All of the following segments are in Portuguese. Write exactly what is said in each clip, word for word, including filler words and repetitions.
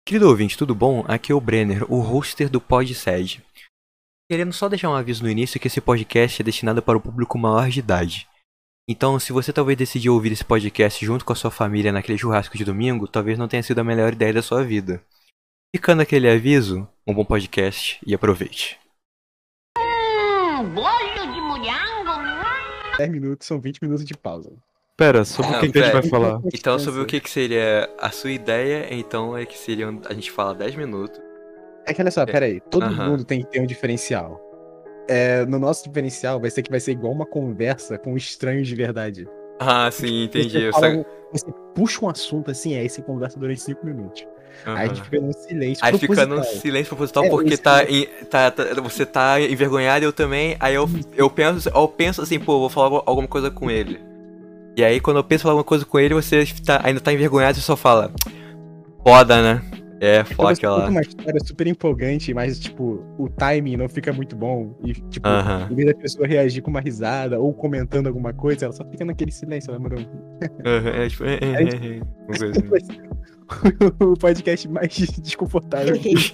Querido ouvinte, tudo bom? Aqui é o Brenner, o hoster do PodSed. Querendo só deixar um aviso no início que esse podcast é destinado para o público maior de idade. Então, se você talvez decidir ouvir esse podcast junto com a sua família naquele churrasco de domingo, talvez não tenha sido a melhor ideia da sua vida. Ficando aquele aviso, um bom podcast e aproveite. Hum, bolho de mulhango. dez minutos são vinte minutos de pausa. Pera, sobre o que, que a gente vai falar? Então, sobre o que, que seria a sua ideia, então é que seria a gente fala dez minutos. É que olha só, pera aí, todo Aham. mundo tem que ter um diferencial. É, no nosso diferencial vai ser que vai ser igual uma conversa com estranhos de verdade. Ah, sim, entendi. Você, Eu fala só- um- você puxa um assunto assim, aí você conversa durante cinco minutos. Aí a Aham. gente fica num silêncio Aí fica num proposital. silêncio proposital É, porque isso tá, mesmo. em- tá, tá- você tá envergonhado, eu também. Aí eu, eu penso, eu penso assim, pô, vou falar algu- alguma coisa com ele. E aí quando eu penso em falar alguma coisa com ele, você tá- ainda tá envergonhado e só fala, foda, né? É, Quando foda você conta aquela. uma história super empolgante, mas, tipo, o timing não fica muito bom. E, tipo, Aham. em vez da pessoa reagir com uma risada ou comentando alguma coisa, ela só fica naquele silêncio, ela mandou Aham, é tipo, é, é, é, é, uma coisa assim. vai ser o podcast mais desconfortável.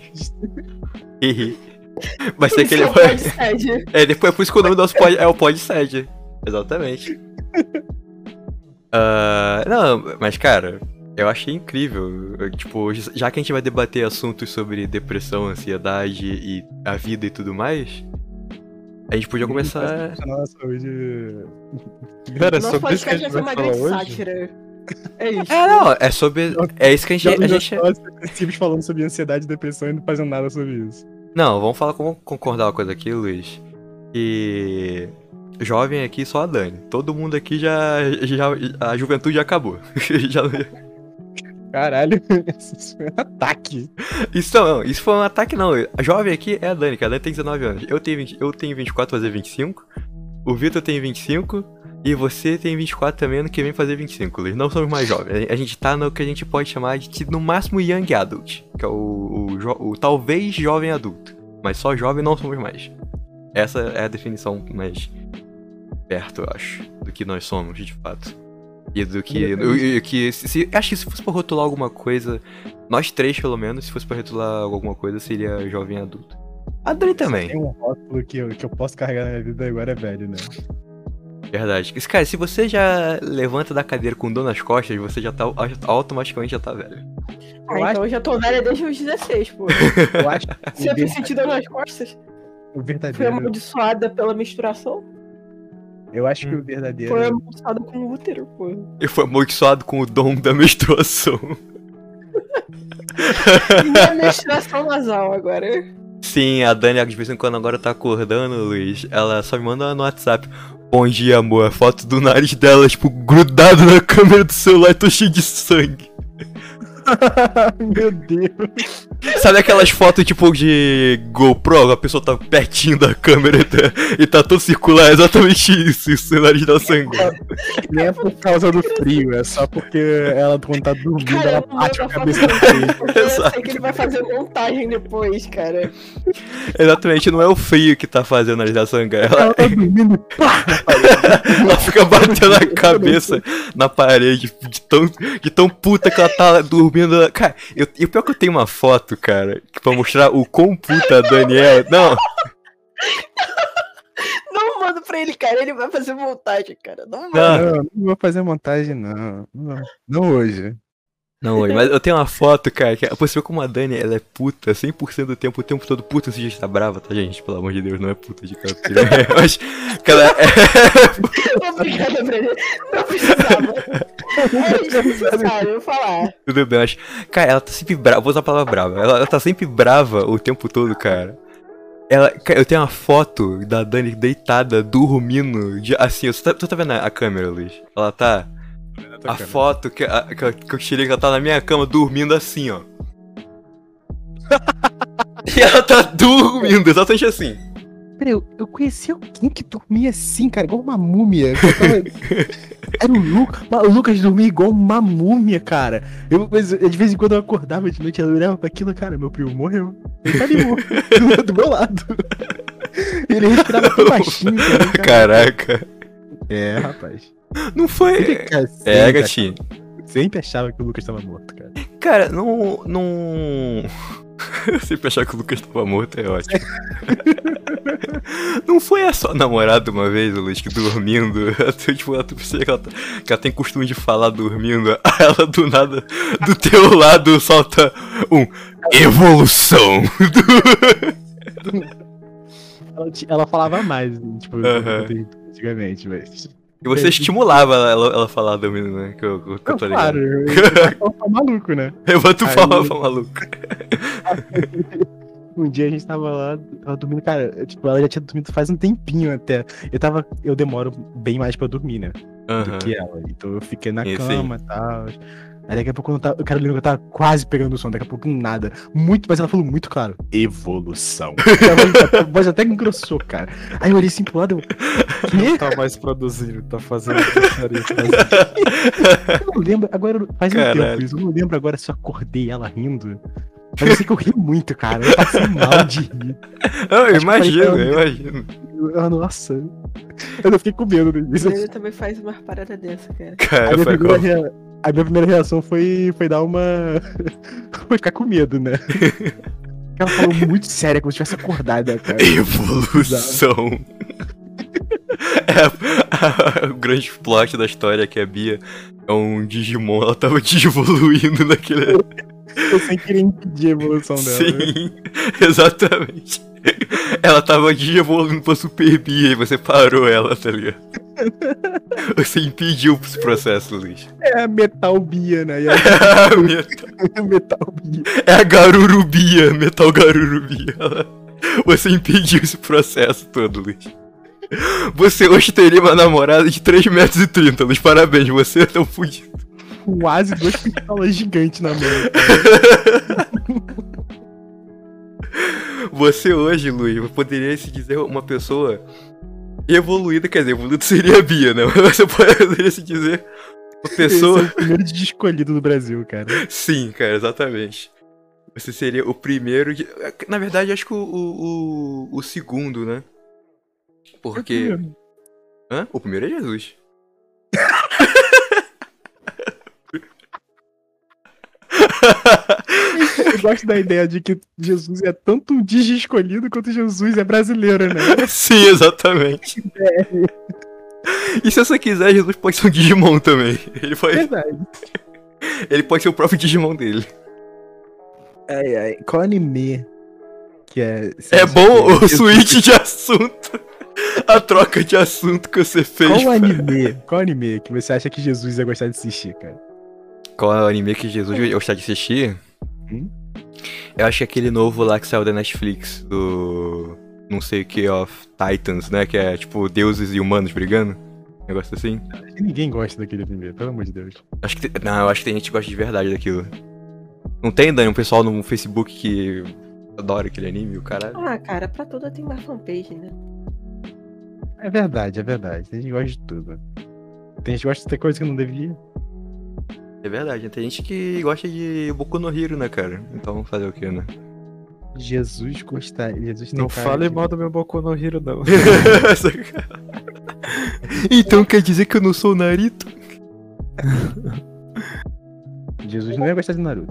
Vai ser aquele. Isso é o PodSed. É, depois é por isso que o nome do nosso pod é o PodSed. Exatamente. Ah, não, mas cara, eu achei incrível. Eu, tipo, já que a gente vai debater assuntos sobre depressão, ansiedade e a vida e tudo mais, a gente podia começar. Nossa, hoje. Pera, Nosso sobre isso que a podcast gente vai ser vai uma falar grande hoje? sátira. É isso. É, não, é sobre. É isso que a gente. A gente... Simples falando sobre ansiedade e depressão e não fazendo nada sobre isso. Não, vamos falar, vamos concordar uma coisa aqui, Luiz. Que. Jovem aqui só a Dani. Todo mundo aqui já. já a juventude já acabou. já... Caralho, isso foi um ataque. Isso não, isso foi um ataque não. A jovem aqui é a Dani, que a Dani tem dezenove anos. Eu tenho, vinte, eu tenho vinte e quatro, fazer vinte e cinco. O Vitor tem vinte e cinco. E você tem vinte e quatro também, ano que vem fazer vinte e cinco, Luiz. Não somos mais jovens. A gente tá no que a gente pode chamar de, no máximo, young adult. Que é o, o, jo- o talvez jovem adulto. Mas só jovem não somos mais. Essa é a definição mais perto, eu acho, do que nós somos, de fato. E do que. do- e que se, se- acho que se fosse pra rotular alguma coisa, nós três pelo menos, se fosse pra rotular alguma coisa, seria jovem adulto. A Dani também. Tem um rótulo que eu, que eu posso carregar na minha vida agora é velho, né? Verdade. Esse cara, se você já levanta da cadeira com dor nas costas, você já tá automaticamente já tá velho. Ah, então eu já tô velha desde os dezesseis, pô. Eu acho que o, Sempre ver- senti dor nas costas. o Fui verdadeiro. amaldiçoada pela menstruação. Eu acho que o verdadeiro. Foi amaldiçoada com o útero, pô. E foi amaldiçoado com o dom da menstruação. E a menstruação nasal agora. Sim, a Dani de vez em quando agora tá acordando, Luiz. Ela só me manda no WhatsApp. Bom dia, amor. A foto do nariz dela, tipo, grudado na câmera do celular, tô cheio de sangue. Meu Deus. Sabe aquelas fotos tipo de GoPro? A pessoa tá pertinho da câmera e tá, e tá todo circular, é exatamente isso, isso, o nariz dela sangrando. Nem é por causa do frio, é só porque ela, quando tá dormindo, Cara, ela eu não bate lembro a a foto cabeça no do peito. porque eu Exato. sei que ele vai fazer montagem depois, cara. Exatamente, não é o frio que tá fazendo o nariz dela sangrar, ela, Ela tá dormindo, pá! ela fica batendo a cabeça na parede de tão, de tão puta que ela tá dormindo. Cara, eu, e o pior é que eu tenho uma foto, cara, que pra mostrar o quão puta a Daniela. Não, Não manda pra ele, cara. Ele vai fazer montagem, cara. Não não. manda. Não, não vou fazer montagem, não. Não, não hoje. Não, oi, mas eu tenho uma foto, cara, que é possível como a Dani, ela é puta cem por cento do tempo, o tempo todo puta, se a gente tá brava, tá, gente? Pelo amor de Deus, não é puta de captura. Mas, cara, é... Obrigada, Brenner. Não precisava. É desnecessário eu falar. Tudo bem, mas, cara, ela tá sempre brava, vou usar a palavra brava, ela, ela tá sempre brava o tempo todo, cara. Ela, cara, eu tenho uma foto da Dani deitada, dormindo, de, assim, você tá, tu tá vendo a, a câmera, Luiz? Ela tá... A foto que, a, que, eu- que eu tirei que ela tá na minha cama dormindo assim, ó. E ela tá dormindo, exatamente assim. Peraí, eu, eu conheci alguém que dormia assim, cara, igual uma múmia. Eu tava- Era o Lucas. O Lucas dormia igual uma múmia, cara. Eu, mas, de vez em quando eu acordava de noite, eu olhava pra aquilo, cara, meu primo morreu. Ele tá ali, morto, do, do meu lado. Ele respirava tão baixinho, cara. Caraca. É, rapaz. Não foi. Fica assim, É, gatinho. sempre achava que o Lucas tava morto, cara. Cara, não. Não. Eu sempre achava que o Lucas tava morto, é ótimo. Não foi a sua namorada uma vez, Luiz, que dormindo, tipo, ela, tu percebe que ela, tá- que ela tem costume de falar dormindo, aí ela do nada, do teu lado, solta um evolução. Ela, ti- ela falava mais, tipo, Aham. antigamente, mas. E você estimulava ela, ela, ela falar dormindo, né? Que eu, que eu Não, tô ligado. claro, eu, eu tava maluco, né? Eu vou tu Aí- falava, maluco. Um dia a gente tava lá, tava dormindo, cara, eu, tipo, ela já tinha dormido faz um tempinho até. Eu tava, eu demoro bem mais pra dormir, né? Aham. Do que ela. Então eu fiquei na Sim, cama e tal. Aí daqui a pouco eu, tava, eu quero lembrar que eu tava quase pegando o som, daqui a pouco nada. Muito, mas ela falou muito claro. Evolução. A voz até engrossou, cara. Aí eu olhei assim pro lado, eu. Não Quê? tá mais produzindo, tá fazendo bruxaria. Tá... Eu não lembro, agora faz um Caralho. tempo isso. Eu não lembro agora se eu acordei ela rindo. Mas eu sei que eu ri muito, cara. Eu passei mal de rir. Eu Acho que imagino, foi- eu imagino. Eu- ah, nossa. Eu não fiquei com medo disso. Ele também faz uma parada dessa, cara. A Cara, minha, foi primeira igual. rea- a minha primeira reação foi, foi dar uma. Foi ficar com medo, né? Ela falou muito séria, como se tivesse acordada, cara. Evolução. É, a- a- o grande plot da história é que a Bia é um Digimon, ela tava desevoluindo naquele. Eu sem querer impedir a evolução dela. né? Sim, exatamente. Ela tava desevoluindo pra Super Bia e você parou ela, tá ligado? Você impediu esse processo, Luiz. É a Metal Bia, né? E a é Metal Bia. a Garurubia, Metal Garurubia. Ela- Você impediu esse processo todo, Luiz. Você hoje teria uma namorada de três metros e trinta, Luiz. Parabéns, você é tão fudido. Quase duas pistolas gigantes na mão. Você hoje, Luiz, poderia se dizer uma pessoa evoluída, quer dizer, evoluída seria a Bia, né? Você poderia se dizer uma pessoa. Esse é o primeiro de escolhido do Brasil, cara. Sim, cara, exatamente. Você seria o primeiro de. Na verdade, acho que o, o, o, o segundo, né? Porque. Hã? O primeiro é Jesus. Eu gosto da ideia de que Jesus é tanto um digi escolhido quanto Jesus é brasileiro, né? Sim, exatamente. E se você quiser, Jesus pode ser um Digimon também. Ele É pode, verdade. ele pode ser o próprio Digimon dele. Ai, ai. Qual anime que é. É bom o Jesus- switch de assunto. A troca de assunto que você fez. Qual anime? Qual anime que você acha que Jesus ia gostar de assistir, cara? Qual é o anime que Jesus ia gostar de assistir? Hum? Eu acho que aquele novo lá que saiu da Netflix, do. Não sei o que, of Titans, né? Que é tipo deuses e humanos brigando. Um negócio assim. Acho que ninguém gosta daquele anime, pelo amor de Deus. Acho que. Tem... Não, eu acho que tem gente que gosta de verdade daquilo. Não tem, Dani, um pessoal no Facebook que adora aquele anime, o caralho. Ah, cara, pra tudo tem uma fanpage, né? É verdade, é verdade. Tem gente que gosta de tudo. Tem gente que gosta de ter coisa que não devia. É verdade, tem gente que gosta de Boku no Hero, né, cara? Então fazer o que, né? Jesus gostar. Jesus tem Não cara fale de- mal do meu Boku no Hero, não. Então quer dizer que eu não sou o Naruto? Jesus não ia gostar de Naruto.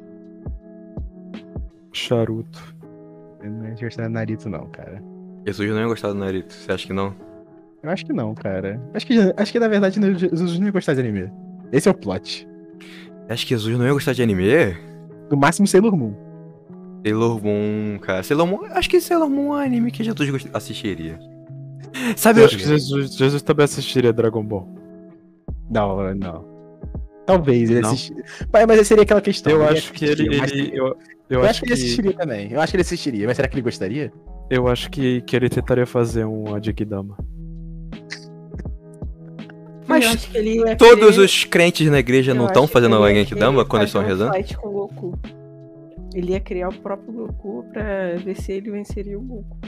Charuto. Ele não ia gostar de Naruto, não, cara. Jesus não ia gostar do Naruto, você acha que não? Eu acho que não, cara. Acho que, acho que na verdade Jesus não ia gostar de anime. Esse é o plot. Você acha que Jesus não ia gostar de anime? No máximo Sailor Moon. Sailor Moon, cara. Sailor Moon, acho que Sailor Moon é um anime que Jesus gost- assistiria. Sabe, Eu eu, acho que Jesus, Jesus também assistiria Dragon Ball. Não, não. Talvez ele Não? assistiria. Mas, mas seria aquela questão. Eu ele acho que ele. assistiria, mas- ele- eu, eu, Eu, acho acho que ele que. assistiria também. Eu acho que ele assistiria. Mas será que ele gostaria? Eu acho que, que ele tentaria fazer um Adikidama. Mas eu acho que ele ia todos querer- os crentes na igreja eu não acho estão que fazendo ele a ia Genkidama querer quando eles estão fazer um rezando? fight com o Goku. Ele ia criar o próprio Goku pra ver se ele venceria o Goku.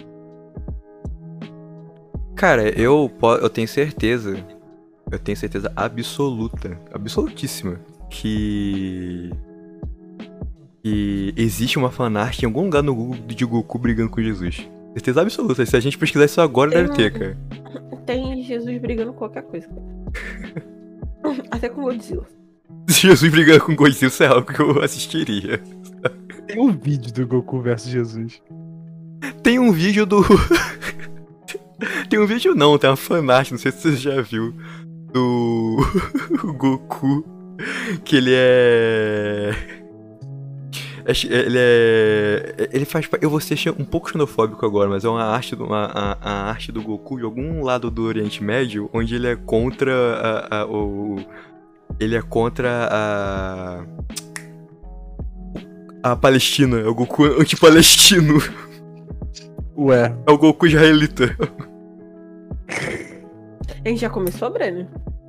Cara, eu, po- eu tenho certeza, eu tenho certeza absoluta, absolutíssima, que... que existe uma fanart em algum lugar no Google de Goku brigando com Jesus. Certeza absoluta, se a gente pesquisar isso agora, Tem deve ter, um- cara. Tem Jesus brigando com qualquer coisa, cara. Até com Godzilla. Jesus brigando com Godzilla, isso é algo que eu assistiria. Tem um vídeo do Goku versus Jesus. Tem um vídeo do... Tem um vídeo não, tem uma fanart, não sei se você já viu. Do Goku. Que ele é... Ele é... Ele faz... Eu vou ser um pouco xenofóbico agora, mas é uma arte do, uma, a, a arte do Goku de algum lado do Oriente Médio, onde ele é contra a, a, o... Ele é contra a... A Palestina, é o Goku anti-palestino. Ué. É o Goku israelita. A gente já começou, Breno?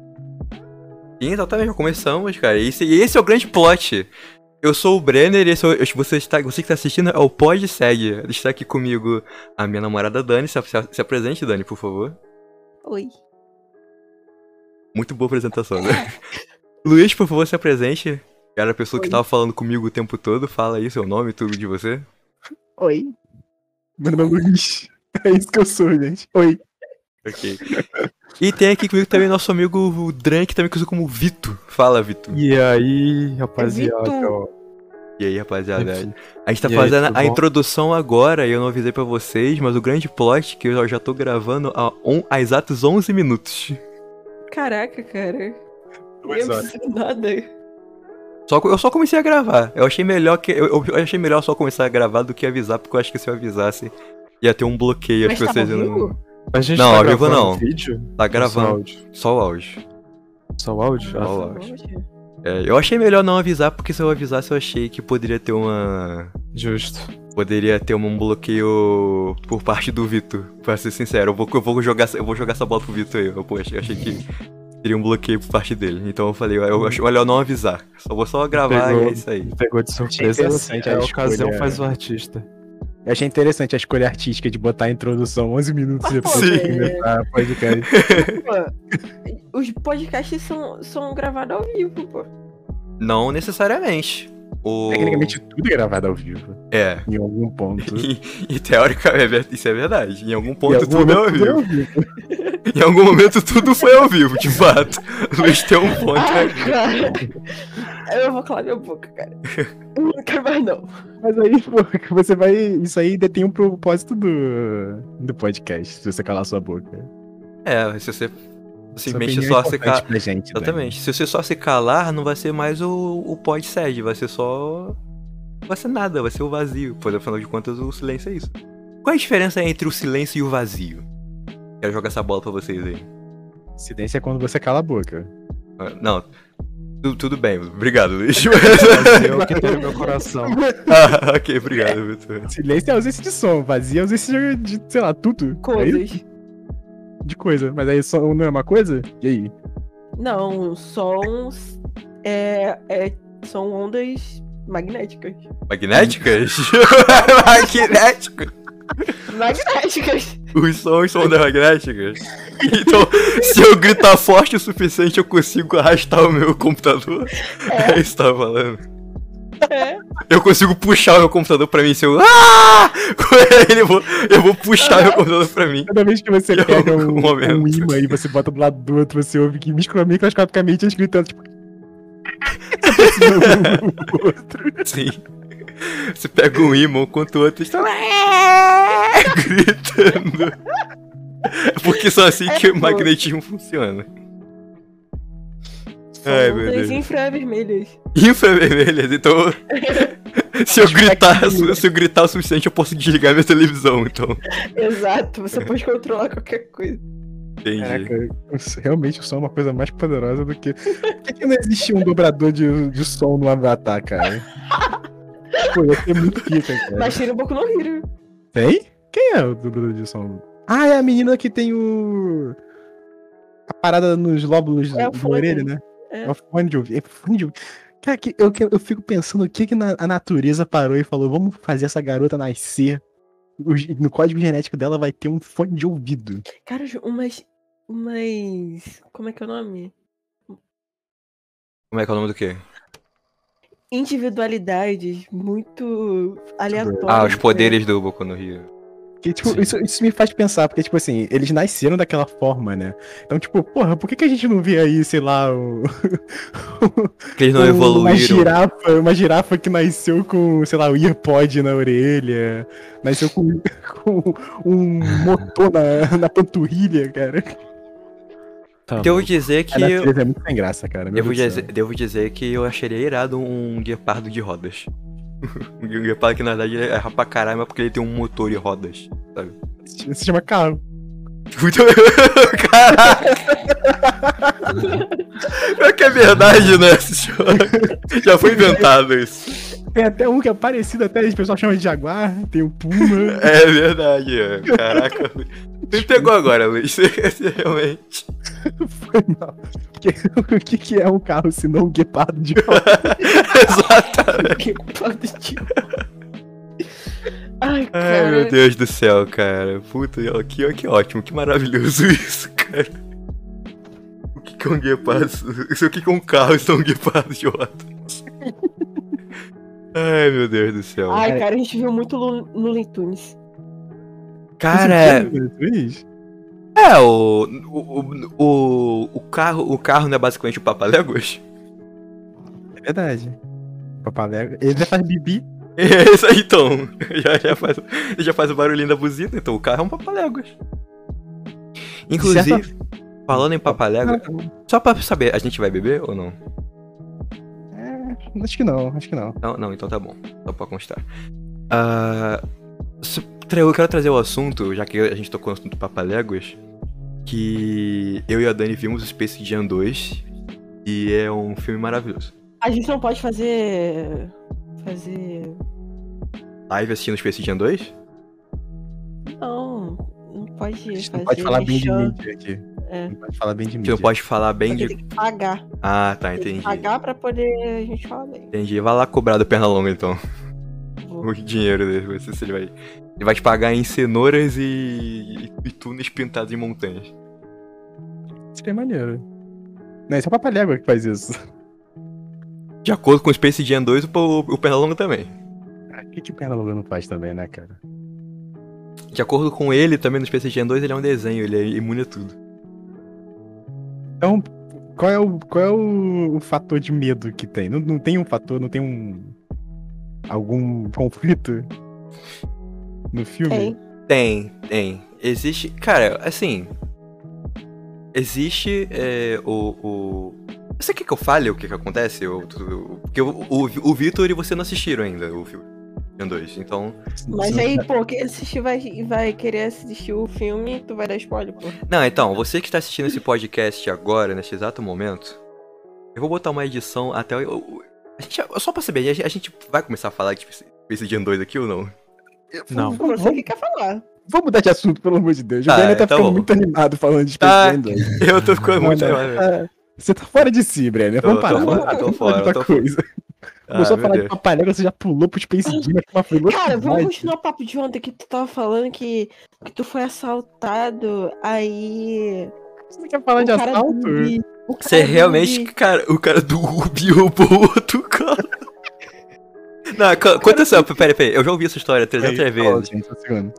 Sim, exatamente, já começamos, cara. E esse, e esse é o grande plot. Eu sou o Brenner e esse é o, você, está, você que está assistindo é o Pod Segue. Está aqui comigo a minha namorada Dani. Se, se, se apresente, Dani, por favor. Oi. Muito boa apresentação, né? Luiz, por favor, se apresente. Era a pessoa Oi. que tava falando comigo o tempo todo. Fala aí seu nome, tudo de você. Oi. Meu nome é Luiz. É isso que eu sou, gente. Oi. Ok. E tem aqui comigo também nosso amigo Dran, que também conhecido como Vito. Fala, Vito. E aí, rapaziada, Vitor. ó. E aí, rapaziada? Enfim. A gente tá E aí, fazendo tudo a bom? introdução agora e eu não avisei pra vocês, mas o grande plot que eu já tô gravando há, on, há exatos onze minutos. Caraca, cara. Duas Eu não horas. preciso nada. Só, eu só comecei a gravar. Eu achei melhor que eu, eu achei melhor só começar a gravar do que avisar, porque eu acho que se eu avisasse ia ter um bloqueio, Mas as tava pessoas vivo? não. A gente Não, tá ao vivo gravando não. vídeo? Tá Ou gravando. Só áudio. Só o áudio. Só o áudio? Ah, Só o tá. áudio. É, eu achei melhor não avisar, porque se eu avisasse eu achei que poderia ter uma. Justo. Poderia ter um bloqueio por parte do Vitor. Pra ser sincero, eu vou, eu vou, jogar, eu vou jogar essa bola pro Vitor aí. Eu, pô, achei, achei que teria um bloqueio por parte dele. Então eu falei, eu achei melhor não avisar. Só vou só gravar Pegou. e é isso aí. Pegou de surpresa. interessante É, a a ocasião escolha. faz o artista. Eu achei interessante a escolha artística de botar a introdução onze minutos Mas, depois pô, de Sim. começar o podcast. Pô, os podcasts são, são gravados ao vivo, pô. Não necessariamente. O... Tecnicamente tudo é gravado ao vivo, É. em algum ponto. E, e teoricamente, isso é verdade. Em algum ponto Em algum tudo é ao momento tudo é vivo. ao vivo. Em algum momento tudo foi ao vivo, de fato. Luiz tem um ponto Ah, aí. cara. Eu vou calar minha boca, cara. Eu não quero mais, não. Mas aí, pô, que você vai. Isso aí detém um propósito do, do podcast, se você calar sua boca. É, se você Sua simplesmente opinião só é se importante calar. pra gente, né? Exatamente. Se você só se calar, não vai ser mais o, o pod sede, vai ser só. Vai ser nada, vai ser o vazio. Pois afinal de contas, o silêncio é isso. Qual é a diferença entre o silêncio e o vazio? Quero jogar essa bola pra vocês aí. Silêncio é quando você cala a boca. Ah, Não. Tu- tudo bem, obrigado, Luiz. Eu que tenho no meu coração. ah, ok, obrigado, Vitor. Silêncio é ausência de som, vazio é ausência de, de, sei lá, tudo. É isso? Coisas. De coisa. Mas aí som não é uma coisa? E aí? Não, sons. É, é, são ondas magnéticas. Magnéticas? Magnéticas? Magnéticas! Os sons são ondas magnéticas? Então, se eu gritar forte o suficiente, eu consigo arrastar o meu computador? É, isso que tava falando. É. Eu consigo puxar o meu computador pra mim se eu. Ah! Ele, eu, vou, eu vou puxar meu computador pra mim. Toda vez que você Em pega algum um, momento. um imã e você bota do lado do outro, você ouve que microscopicamente eles gritando, tipo. Você aproxima um do outro. Sim. Você pega um imã enquanto o outro está gritando. É porque só assim que É, o pô. magnetismo funciona. São Ai, meu ondas Deus. infravermelhas. Infravermelhas, então. Se eu gritar, se eu gritar o suficiente, eu posso desligar minha televisão, então. Exato, você pode controlar qualquer coisa. Entendi. Caraca, realmente o som é uma coisa mais poderosa do que. Por que, que não existia um dobrador de, de som no Avatar, cara? Pô, ia ser muito pica, cara. Mas tira um pouco no Hiro. Tem? Quem é o dobrador de som? Ah, é a menina que tem o. A parada nos lóbulos É o da fone. orelha, né? É. É o fone de ouvido. É fone de ouvido. Cara, que, eu, que- eu fico pensando o que, que na- a natureza parou e falou: vamos fazer essa garota nascer. O ge- no código genético dela vai ter um fone de ouvido. Cara, Ju, umas. Umas. Como é que é o nome? Como é que é o nome do quê? Individualidades muito aleatórias. Ah, os né? poderes do Boku no Rio. Que, tipo, Sim. isso, isso me faz pensar, porque, tipo assim, eles nasceram daquela forma, né? Então, tipo, porra, por que, que a gente não vê aí, sei lá, o... Que eles não Uma evoluíram. girafa, uma girafa que nasceu com, sei lá, o earpod na orelha, nasceu com, com um motor na, na panturrilha, cara. Tá Devo louco. dizer A que. natureza é muito sem graça, cara. Meu Devo Deus do dizer, céu. devo dizer que eu acharia irado um guepardo de rodas. Um guepardo que na verdade é erra pra caralho, mas porque ele tem um motor e rodas, sabe? Isso se chama carro. Muito. Caraca! Pior que é verdade, né? Já foi inventado isso. Tem até um que é parecido, até o pessoal chama de Jaguar, tem o Puma. É verdade, é. Caraca. Tu me pegou agora, Luiz. Realmente. Foi mal. Porque, o que, que é um carro se não um guepardo de roda? Exatamente. Que pode de- Ai, cara. Ai, meu Deus do céu, cara. Puta, ó, que, que ótimo, que maravilhoso isso, cara. O que, que é um guepardo? Isso o que, que é um carro se não um guepardo de rodas? Ai, meu Deus do céu. Ai, cara, a gente viu muito no, no Looney Tunes. Cara, Luiz? é, o, o, o, o, carro, o carro não é basicamente o Papaléguas? É verdade. Papalego. Ele já faz bibi. É isso aí, então. Já, já, faz, já faz o barulhinho da buzina, então o carro é um Papaléguas. Inclusive, falando em Papaléguas, só pra saber, a gente vai beber ou não? É, acho que não, acho que não. Não, não, então tá bom. Só pra constar. Ah, se- tra- eu quero trazer o assunto, já que a gente tocou no assunto Papaléguas, que eu e a Dani vimos o Space Jam dois e é um filme maravilhoso. A gente não pode fazer. Fazer. Live assistindo Space Jam dois? Não, não pode A gente fazer. não pode falar bem de merchan. mídia aqui. É. Não pode falar bem de Você mídia. não pode falar bem Porque de. tem que pagar. Ah, tá, Tem que entendi. pagar pra poder a gente falar bem. Entendi. Vai lá cobrar do Pernalonga então. Vou. O dinheiro dele. Vai ser se ele vai. Ele vai te pagar em cenouras e, e túneis pintados em montanhas. Seria maneiro. Não, isso é o Papalégua que faz isso. De acordo com o Space Jam dois, o, o Pernalonga também. Ah, o que que o Pernalonga não faz também, né, cara? De acordo com ele, também no Space Jam dois, ele é um desenho, ele é imune a tudo. Então, qual é o, qual é o, o fator de medo que tem? Não, não tem um fator, não tem um... algum conflito no filme? Tem. Tem, tem. Existe. Cara, assim. Existe é, o, o. Você quer que eu fale o que, que acontece? Eu, tu- porque o, o, o Vitor e você não assistiram ainda o filme Jam dois, então. Mas aí, pô, quem assistir vai, vai querer assistir o filme, tu vai dar spoiler, pô. Não, então, você que está assistindo esse podcast agora, nesse exato momento, eu vou botar uma edição até. o- o- a gente, só pra saber, a gente, a gente vai começar a falar de Space Jam dois aqui ou não? Não. Vamos, Você que quer falar. vamos mudar de assunto, pelo amor de Deus. Tá, o Brenner tá tá ficando bom. muito animado falando de Tá. Space Jam dois. Eu tô ficando muito. Não, não, tá- Você tá fora de si, Brenner. Tô- Vamos tô parar. fora, Vamos tô vamos fora, falar de outra tô fora. coisa. Ah, Começou a meu falar de Deus. Papalégua, você já pulou pro Space Jam, mas foi louco. Cara, vamos demais. continuar o papo de ontem que tu tava falando que, que tu foi assaltado, aí. Você quer falar o de cara assalto? do Ubi- o cara Você do realmente, Ubi- cara, o cara do Ubi roubou outro cara. Não, co- conta só, peraí, peraí, eu já ouvi essa história trezentas Aí, fala, vezes. gente, só um segundo.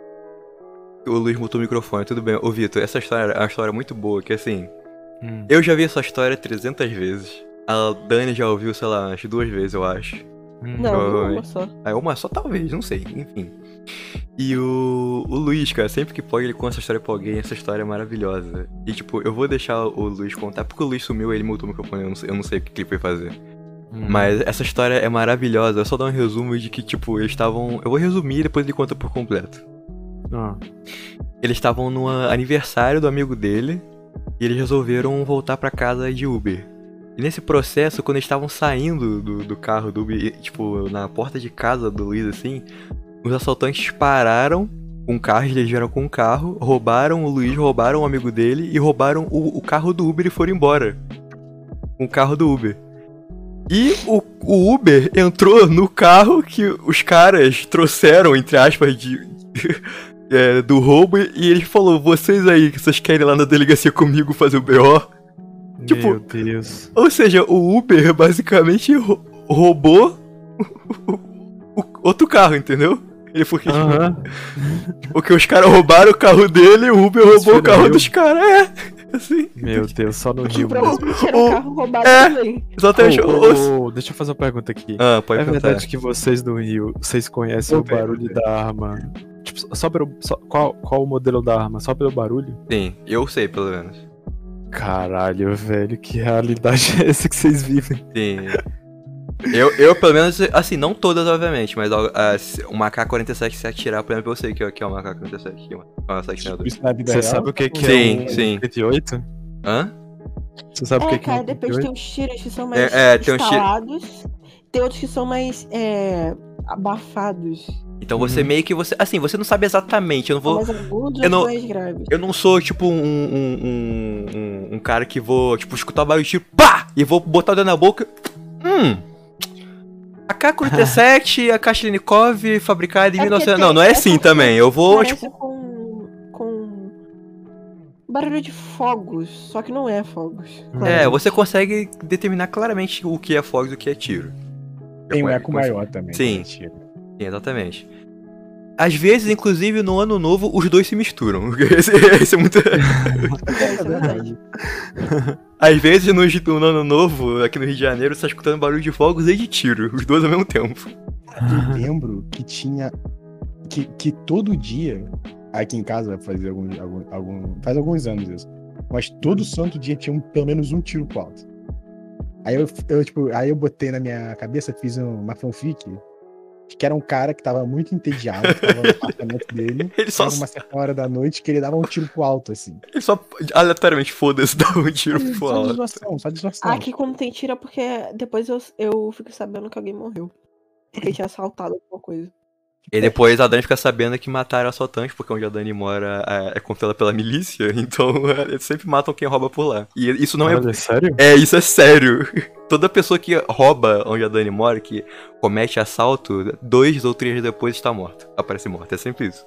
O Luiz mutou o microfone, tudo bem. Ô, Vitor, essa história é uma história muito boa, que assim, Hum. eu já vi essa história trezentas vezes. A Dani já ouviu, sei lá, umas duas vezes, eu acho. Hum. Não, Provavelmente. uma só. Ah, uma só talvez, não sei, enfim. E o, o Luiz, cara, sempre que pode ele conta essa história pra alguém, essa história é maravilhosa. E tipo, eu vou deixar o Luiz contar, porque o Luiz sumiu, ele mutou o microfone, eu não sei, eu não sei o que ele foi fazer. Hum. Mas essa história é maravilhosa, eu só dar um resumo de que, tipo, eles estavam... Eu vou resumir e depois ele conta por completo. Ah. Eles estavam no aniversário do amigo dele e eles resolveram voltar pra casa de Uber. E nesse processo, quando eles estavam saindo do, do carro do Uber, e, tipo, na porta de casa do Luiz, assim, os assaltantes pararam com o carro, eles vieram com o carro, roubaram o Luiz, roubaram o amigo dele e roubaram o, o carro do Uber e foram embora. Com o carro do Uber. E o, o Uber entrou no carro que os caras trouxeram, entre aspas, de, é, do roubo, e ele falou, vocês aí, que vocês querem ir lá na delegacia comigo fazer o B O? tipo- Meu Deus. Ou seja, o Uber basicamente rou- roubou o- o- outro carro, entendeu? Ele foi que Aham. Porque os caras roubaram o carro dele e o Uber roubou foi o no carro Rio? dos caras. É, assim. Meu Deus, só no Rio mesmo. Provavelmente era o- um carro roubado é. também. Exatamente. Ô, Os- ô, ô, deixa eu fazer uma pergunta aqui. Ah, pode É perguntar. verdade que vocês do Rio, vocês conhecem Ô, o barulho velho. da arma? Tipo, só pelo. Só, qual, qual o modelo da arma? Só pelo barulho? Sim, eu sei, pelo menos. Caralho, velho, que realidade é essa que vocês vivem? Sim. Eu, eu, pelo menos, assim, não todas, obviamente, mas ah, se- uma K quarenta e sete se atirar, por exemplo, eu sei que é, que é uma K quarenta e sete. Que é uma, uma sete Tipo, dois. isso na vida Você real? sabe o que, que Sim, é um sim. trinta e oito? Hã? Você sabe o É, que, que é cara, um depende, trinta e tem oito? uns tiros que são mais É, é, tem uns tiro- instalados, tem outros que são mais é, abafados. Então você Uhum. meio que você. Assim, você não sabe exatamente. Eu não São vou. mais agudos eu não- ou mais graves. Eu não sou, tipo, um, um, um, um, um cara que vou, tipo, escutar o barulho de tiro, pá! E vou botar o dedo na boca. Hum. A K quarenta e sete e a Kalashnikov fabricada em É mil e porque novecentos. tem- Não, não é é assim porque também. Eu vou, Parece tipo. com, com barulho de fogos, só que não é fogos. É, claramente. você consegue determinar claramente o que é fogo e o que é tiro. Tem um Eu- eco maior também. Sim. Mentira. Sim, exatamente. Às vezes, inclusive, no ano novo, os dois se misturam. Esse, esse é muito. É, isso é verdade. Às vezes, no, no ano novo, aqui no Rio de Janeiro, você tá escutando barulho de fogos e de tiro. Os dois ao mesmo tempo. Eu lembro que tinha. Que, que todo dia, aqui em casa, vai fazer algum, algum, algum. Faz alguns anos isso. Mas todo santo dia tinha um- pelo menos um tiro pro alto. Aí eu, eu, tipo, aí eu botei na minha cabeça, fiz um- uma fanfic. Que era um cara que tava muito entediado, que tava no apartamento dele. Ele só, Era uma certa hora da noite que ele dava um tiro pro alto, assim. ele só aleatoriamente, foda-se, dá um tiro pro Só alto. distorção, só distorção. Aqui quando tem tiro é porque depois eu, eu fico sabendo que alguém morreu. Porque tinha assaltado alguma coisa. E depois a Dani fica sabendo que mataram assaltantes, porque onde a Dani mora é, é controlada pela milícia, então é, eles sempre matam quem rouba por lá. E isso não é. Olha, sério? É, isso é sério. Toda pessoa que rouba onde a Dani mora, que comete assalto, dois ou três dias depois está morta. Aparece morta, é sempre isso.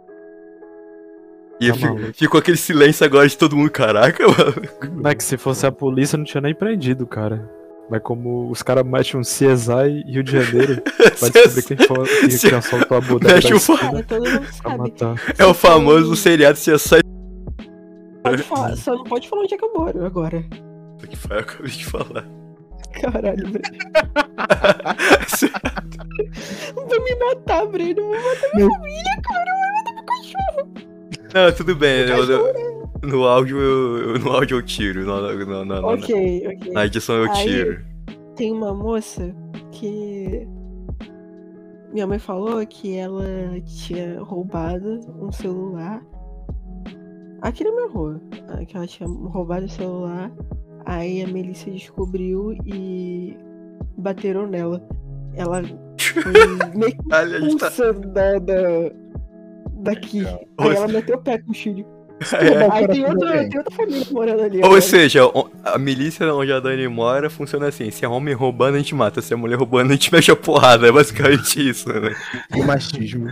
E Tá fico- maluco. ficou aquele silêncio agora de todo mundo, caraca, mano. Não é que se fosse a polícia não tinha nem prendido, cara. Mas como os caras metem um C S I Rio de Janeiro, vai descobrir quem foi quem Cê- que assaltou a bodega Mexe da o fa- esquina Cara, todo mundo pra sabe. matar. É o famoso seriado C S I. Pode falar, só não pode falar onde é que eu moro agora. Que foi, eu acabei de falar. Caralho, Breno. Vai me matar, Breno. Vai matar minha família, cara. Vai matar meu cachorro. Não, tudo bem, eu- eu- no áudio eu, eu- no áudio eu tiro, no, no, no, no- Ok, ok. na edição eu Aí- tiro. Tem uma moça que minha mãe falou que ela tinha roubado um celular aqui na minha rua. ah, Que ela tinha roubado o celular. Aí a Melissa descobriu e bateram nela. Ela foi meio que Olha, a gente tá. expulsa da, da- daqui. Aí ela meteu o pé com o filho. É. Aí tem, coração outra, também. tem outra família morando ali. Ou agora. seja, o- a milícia onde a Dani mora funciona assim: se é homem roubando, a gente mata, se é mulher roubando, a gente mexe a porrada. É basicamente isso, né? O machismo.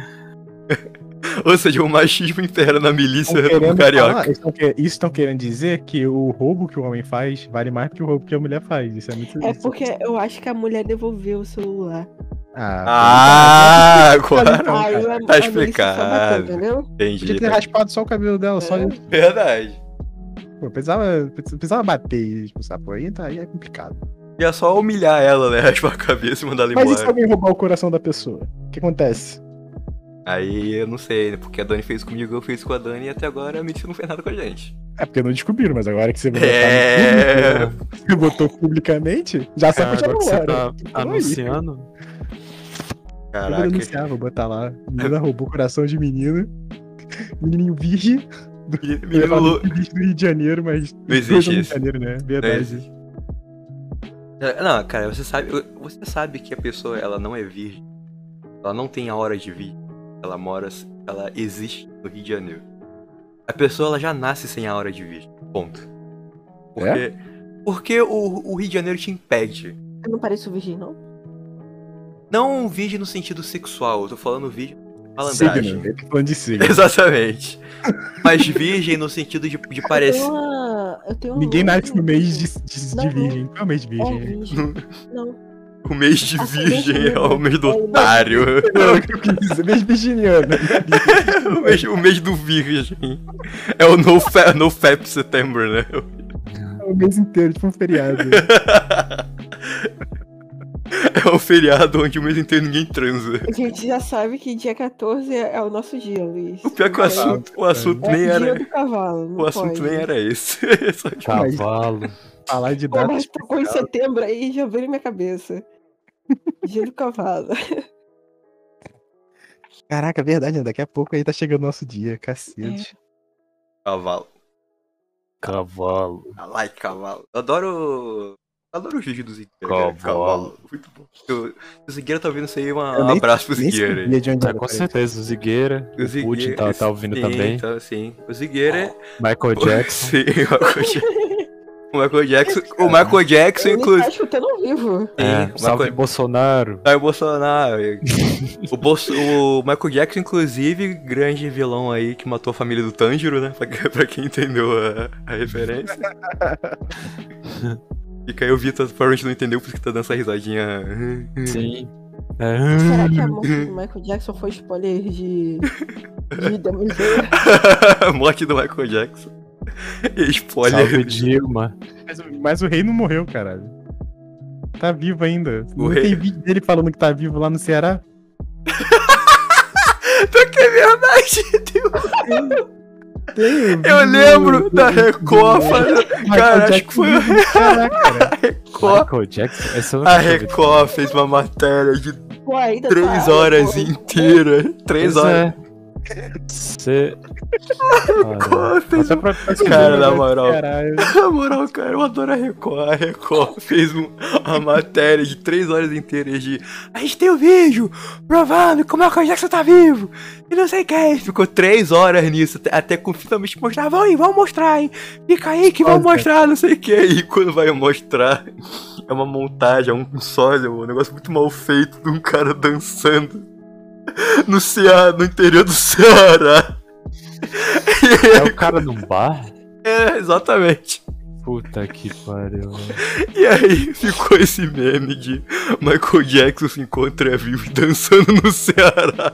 Ou seja, o machismo impera na milícia Tão do querendo carioca. falar- eles tão que- Isso estão querendo dizer que o roubo que o homem faz vale mais do que o roubo que a mulher faz. Isso é muito. É isso- porque eu acho que a mulher devolveu o celular. Ah, Ah, agora Então, Aí cara, a, tá a Melissa só explicado. bateu, entendeu? podia entendi. ter raspado só o cabelo dela, só É. isso. Verdade. Pô, precisava, precisava bater e expulsar, pô, aí, tá, aí é complicado. E é só humilhar ela, né? Raspar a cabeça e mandar ela Mas e se embora. alguém roubar o coração da pessoa? O que acontece? Aí eu não sei, né? Porque a Dani fez comigo, eu fiz com a Dani e até agora a milícia não fez nada com a gente. É porque não descobriram, mas agora que você botou, É. você botou publicamente, já sabe Cara, que já agora não que você era. tá Então, aí, anunciando. Eu vou Caraca. denunciar, vou botar lá. Menina roubou o coração de menino. Menininho virgem. Eu ia Menino falar lou- do Rio de Janeiro, mas. Não existe dois no Rio de isso. Janeiro, né? Não Verdade. existe. É, Não, cara, você sabe, você sabe que a pessoa ela não é virgem. Ela não tem a hora de virgem. Ela mora, ela existe no Rio de Janeiro. A pessoa ela já nasce sem a hora de virgem. Ponto. Porque, porque o, o Rio de Janeiro te impede. Eu não pareço virgem, não? Não virgem no sentido sexual, eu tô falando virgem de malandragem. Signo, eu tô falando de signo. Exatamente. Mas virgem no sentido de, de Eu tenho parecer. uma. Eu tenho um Ninguém nome nasce no mês de, de, de Não, virgem. Qual é o mês de É virgem? virgem. Não. O mês de Ah, virgem é o virgem. mês do É, otário. Não, o que eu quis dizer, mês virginiano. o, mês, o mês do virgem. É o No Fap, no Fap September, né? O mês inteiro, tipo um feriado. É um feriado onde o mês inteiro ninguém transa. A gente já sabe que dia quatorze é, é o nosso dia, Luiz. O pior é que o assunto, o assunto É nem o dia era. do cavalo. não O assunto pode. nem era esse. Só tipo, Cavalo. Falar de Pô, data mas tocou em especial. setembro aí já veio na minha cabeça. Dia do cavalo. Caraca, é verdade, né? Daqui a pouco aí tá chegando o nosso dia, cacete. cavalo. Cavalo. I like cavalo. Eu adoro. Eu adoro os vídeos do Zigueira. Cavalo. cara. Cavalo. Muito bom. Eu, o Zigueira tá ouvindo isso aí, uma- Eu um nem- abraço pro Nem Zigueira. sabia de onde Tá, era, com peraí. certeza, o Zigueira. O O Putin Zigueira- tá, tá ouvindo sim, também. Tá, sim. O Zigueira é. Michael Jackson. Sim, o Michael Jackson. O Michael Jackson, o Michael Jackson, Ele tá inclusive. escutando ao vivo. Sim, É, o salve Michael- Bolsonaro. Aí o Bolsonaro. o, Bolso, o Michael Jackson, inclusive, grande vilão aí que matou a família do Tanjiro, né? Pra, pra quem entendeu a, a referência. Fica aí o Vitor provavelmente não entendeu, por isso que tá dando essa risadinha. Sim. É. Será que a morte do Michael Jackson foi spoiler de. de Demon Slayer? Morte do Michael Jackson. Spoiler. Salve Dilma. Mas, o- mas o rei não morreu, caralho. Tá vivo ainda. O não rei- tem vídeo dele falando que tá vivo lá no Ceará? Pior que é verdade. Tem, o vídeo Eu lembro do- da do- Record. do- falando- Michael Cara, acho Jackson que foi vivo no Ceará, cara. a Record. Michael Jackson? Essa eu A nunca tinha ouvido. Record fez uma matéria de Pô, ainda três tá, horas pô. inteiras. Três Pois horas. é. Cê... Record fez Até pra pesquisar, Cara, na né? moral. Caralho. Na moral, cara, eu adoro a Record. A Record fez um- uma matéria de três horas inteiras de a gente tem o vídeo provando como é que o Jackson tá vivo. E não sei o que. Ficou três horas nisso, até, até com finalmente mostrar. Vão aí, vamos mostrar, hein. Fica aí que vão Nossa. mostrar, não sei o que. E quando vai mostrar, é uma montagem, é um sósia, um negócio muito mal feito de um cara dançando no Ceará, no interior do Ceará. É o cara num bar? É, exatamente. Puta que pariu. E aí ficou esse meme de Michael Jackson se encontra vivo dançando no Ceará.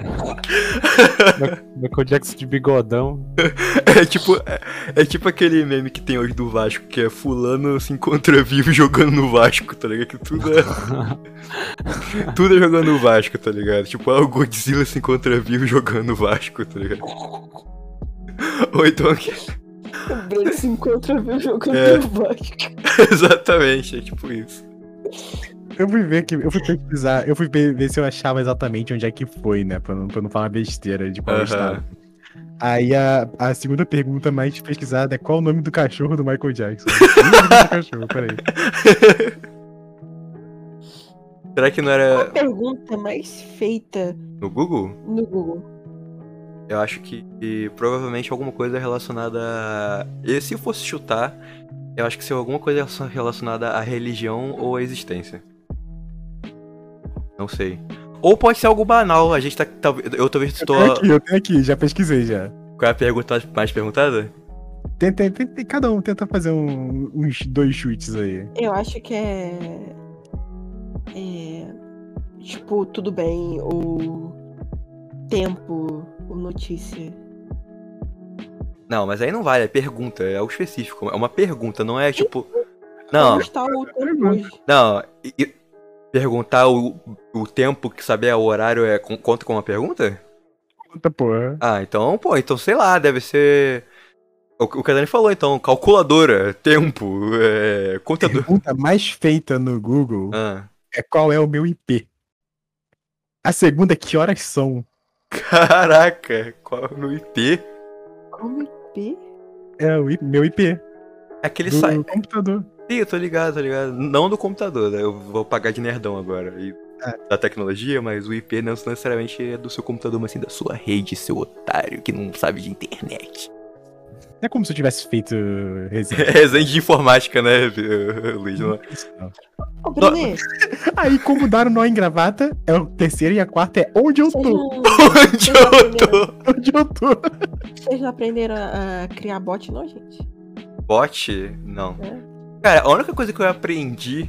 Michael Jackson de bigodão. É tipo, é, é tipo aquele meme que tem hoje do Vasco, que é fulano se encontra vivo jogando no Vasco, tá ligado? Que tudo é, tudo é jogando no Vasco, tá ligado? Tipo, ah, o Godzilla se encontra vivo jogando no Vasco, tá ligado? Ou então que... O Breno se encontra viu jogando É. no Vasco. Exatamente, é tipo isso. Eu fui ver que eu fui pesquisar, eu fui ver, ver se eu achava exatamente onde é que foi, né? Pra não, pra não falar besteira de qual Aham. estado. Aí a, a segunda pergunta mais pesquisada é qual o nome do cachorro do Michael Jackson? Nem o nome do cachorro, peraí. Será que não A era pergunta mais feita no Google? no Google. Eu acho que, que provavelmente alguma coisa relacionada a... E se eu fosse chutar, eu acho que se alguma coisa relacionada à religião ou à existência. Não sei. Ou pode ser algo banal, a gente tá... talvez- Eu talvez Eu tô... tenho aqui, eu tenho aqui, já pesquisei já. Qual é a pergunta mais perguntada? Tenta, tenta, cada um tenta fazer um- uns dois chutes aí. Eu acho que é. É. Tipo, tudo bem, ou. Tempo, ou notícia. Não, mas aí não vale, é pergunta, é algo específico. É uma pergunta, não é tipo... Não, Como está o tempo hoje? não. e- e perguntar o, o tempo, que saber o horário, é, con- conta com uma pergunta? Puta porra. Ah, então, pô, então sei lá, deve ser. O, o que a Dani falou, então, calculadora, tempo, é. Contador. Pergunta mais feita no Google Ah, é qual é o meu I P. A segunda é que horas são. caraca, qual é o meu I P? Como I P? É o I- meu I P. Aquele Do site. computador. Sim, eu tô ligado, tô ligado. Não do computador, né? Eu vou pagar de nerdão agora. E É. da tecnologia, mas o I P não necessariamente é do seu computador, mas sim da sua rede, seu otário, que não sabe de internet. É como se eu tivesse feito resenha. É resenha de informática, né, Luiz? Não é? Isso não. Ô, Brené, Aí, como dar o nó em gravata, é o terceiro e a quarta é onde eu vocês tô. não, Onde eu tô? Onde eu tô. vocês não aprenderam a, a criar bot, não, gente? Bot? Não. É. Cara, a única coisa que eu aprendi